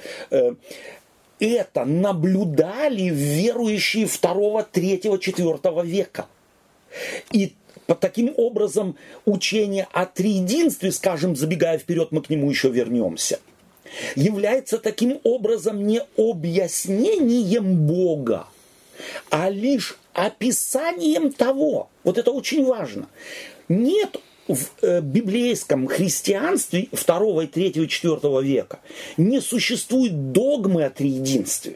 это наблюдали верующие 2, 3, 4 века. И таким образом учение о триединстве, скажем, забегая вперед, мы к нему еще вернемся, является таким образом не объяснением Бога, а лишь описанием того. Вот это очень важно. Нет в библейском христианстве 2, 3, 4 века не существует догмы о триединстве,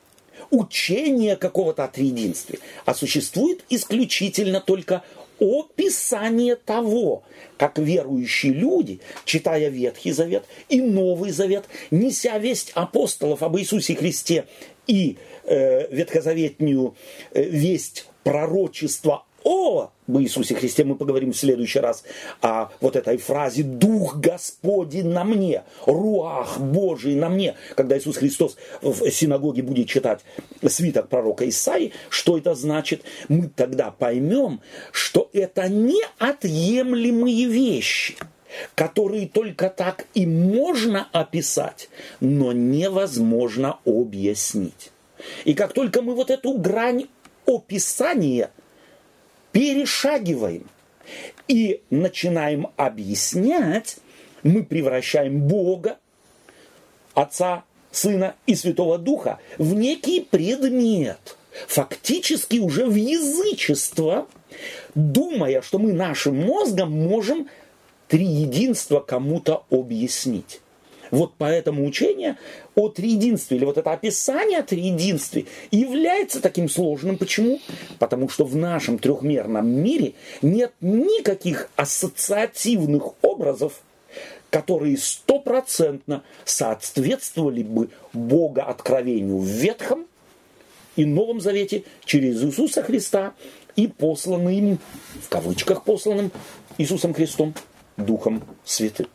учения какого-то о триединстве, а существует исключительно только описание того, как верующие люди, читая Ветхий Завет и Новый Завет, неся весть апостолов об Иисусе Христе и ветхозаветную весть пророчества об Иисусе Христе, мы поговорим в следующий раз о вот этой фразе «Дух Господень на мне», «Руах Божий на мне», когда Иисус Христос в синагоге будет читать свиток пророка Исаии, что это значит, мы тогда поймем, что это неотъемлемые вещи, которые только так и можно описать, но невозможно объяснить. И как только мы вот эту грань описания перешагиваем и начинаем объяснять, мы превращаем Бога, Отца, Сына и Святого Духа в некий предмет, фактически уже в язычество, думая, что мы нашим мозгом можем триединство кому-то объяснить. Вот поэтому учение о триединстве, или вот это описание о триединстве является таким сложным. Почему? Потому что в нашем трехмерном мире нет никаких ассоциативных образов, которые 100% соответствовали бы Богооткровению в Ветхом и Новом Завете через Иисуса Христа и посланным, в кавычках посланным, Иисусом Христом Духом Святым.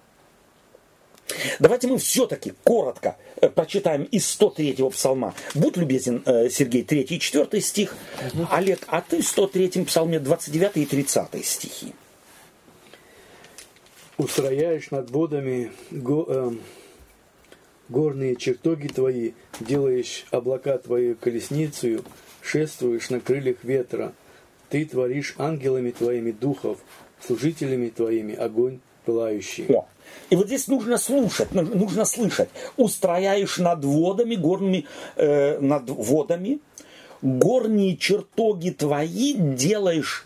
Давайте мы все-таки коротко прочитаем из 103-го псалма. Будь любезен, Сергей, 3 и 4 стих. Олег, а ты в 103-м псалме 29 и 30 стихи. «Устрояешь над водами горные чертоги твои, делаешь облака твои колесницею, шествуешь на крыльях ветра. Ты творишь ангелами твоими духов, служителями твоими огонь пылающий». О. И вот здесь нужно слушать, нужно слышать. Устрояешь над водами, горными, над водами горние чертоги твои делаешь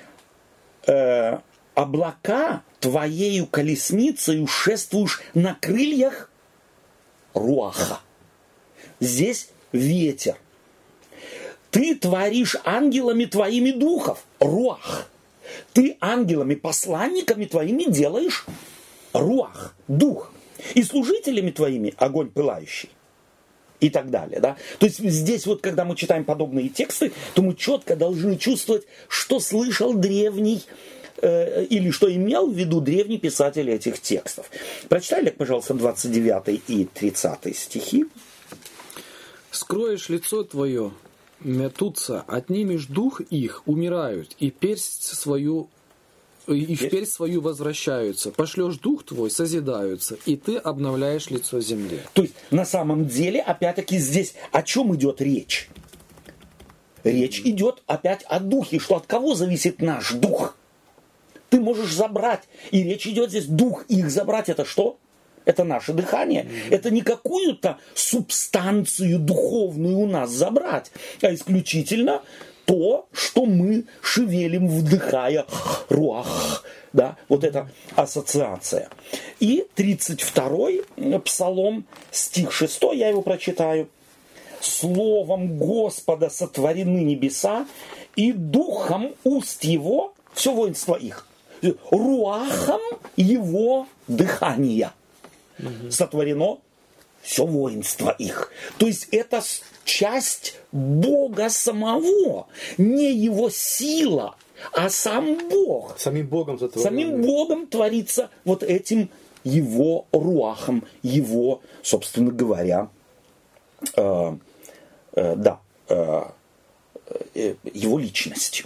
облака твоею колесницею, шествуешь на крыльях руаха. Здесь ветер. Ты творишь ангелами твоими духов, руах. Ты ангелами, посланниками твоими делаешь руах, дух. И служителями твоими огонь пылающий. И так далее. Да? То есть здесь вот, когда мы читаем подобные тексты, то мы четко должны чувствовать, что слышал древний или что имел в виду древний писатель этих текстов. Прочитай, Олег, пожалуйста, 29 и 30 стихи. «Скроешь лицо твое, метутся, отнимешь дух их, умирают, и персть свою возвращаются. Пошлешь дух твой, созидаются, и ты обновляешь лицо земли». То есть, на самом деле, опять-таки, здесь о чем идет речь? Речь идет опять о духе, что от кого зависит наш дух. Ты можешь забрать, и речь идет здесь, дух их забрать, это что? Это наше дыхание. Это не какую-то субстанцию духовную у нас забрать, а исключительно то, что мы шевелим, вдыхая руах. Да, вот эта ассоциация. И 32-й псалом, стих 6, я его прочитаю. «Словом Господа сотворены небеса, и духом уст его все воинство их». Руахом его дыхания сотворено все воинство их. То есть это часть Бога самого, не его сила, а сам Бог. Самим Богом сотворено. Самим Богом творится вот этим его руахом, его, собственно говоря, его личностью.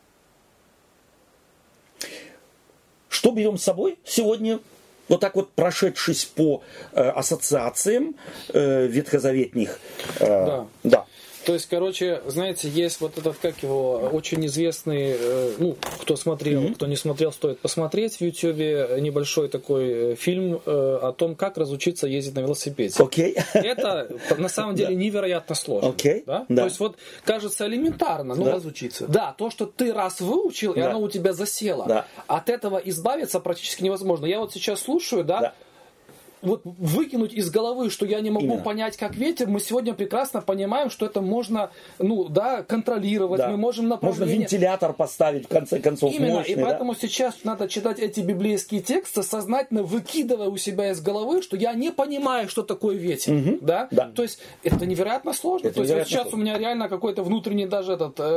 Что берем с собой сегодня, вот так вот прошедшись по ассоциациям ветхозаветных? Да. Да. То есть, короче, знаете, есть вот этот, как его, очень известный, кто смотрел, кто не смотрел, стоит посмотреть в Ютьюбе небольшой такой фильм о том, как разучиться ездить на велосипеде. Okay. Это на самом деле невероятно сложно. Okay. Да? Да. То есть, вот кажется элементарно. Разучиться. Да, то, что ты раз выучил, и оно у тебя засело. Да. От этого избавиться практически невозможно. Я вот сейчас слушаю, да. Вот выкинуть из головы, что я не могу понять, как ветер, мы сегодня прекрасно понимаем, что это можно, контролировать, мы можем направление... Можно вентилятор поставить, в конце концов, Именно, мощный, и поэтому сейчас надо читать эти библейские тексты, сознательно выкидывая у себя из головы, что я не понимаю, что такое ветер, да? То есть, это невероятно сложно. То есть, вот сейчас у меня реально какой-то внутренний даже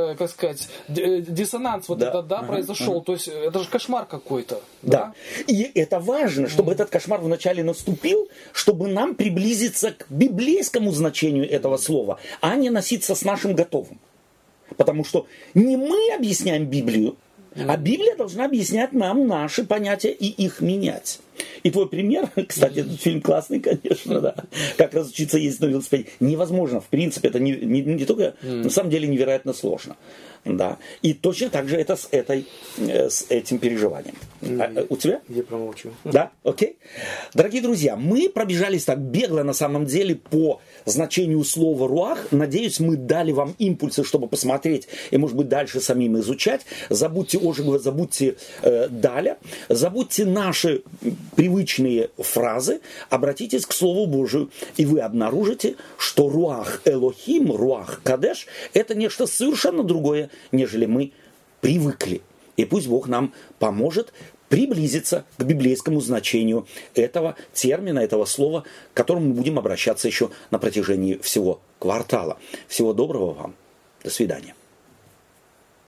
диссонанс произошел. То есть, это же кошмар какой-то. Да. И это важно, чтобы этот кошмар вначале наступил, чтобы нам приблизиться к библейскому значению этого слова, а не носиться с нашим готовым. Потому что не мы объясняем Библию, а Библия должна объяснять нам наши понятия и их менять. И твой пример, кстати, этот фильм классный, конечно, да. Как разучиться ездить на велосипеде. Невозможно. В принципе, это не только, на самом деле, невероятно сложно. Да. И точно так же это с этим переживанием. У тебя? Я промолчу. Да? Окей. Дорогие друзья, мы пробежались так бегло на самом деле по значению слова руах. Надеюсь, мы дали вам импульсы, чтобы посмотреть и, может быть, дальше самим изучать. Забудьте Ожегова, забудьте Даля, забудьте наши привычные фразы, обратитесь к Слову Божию, и вы обнаружите, что руах Элохим, руах Кадеш – это нечто совершенно другое, нежели мы привыкли. И пусть Бог нам поможет приблизиться к библейскому значению этого термина, этого слова, к которому мы будем обращаться еще на протяжении всего квартала. Всего доброго вам. До свидания.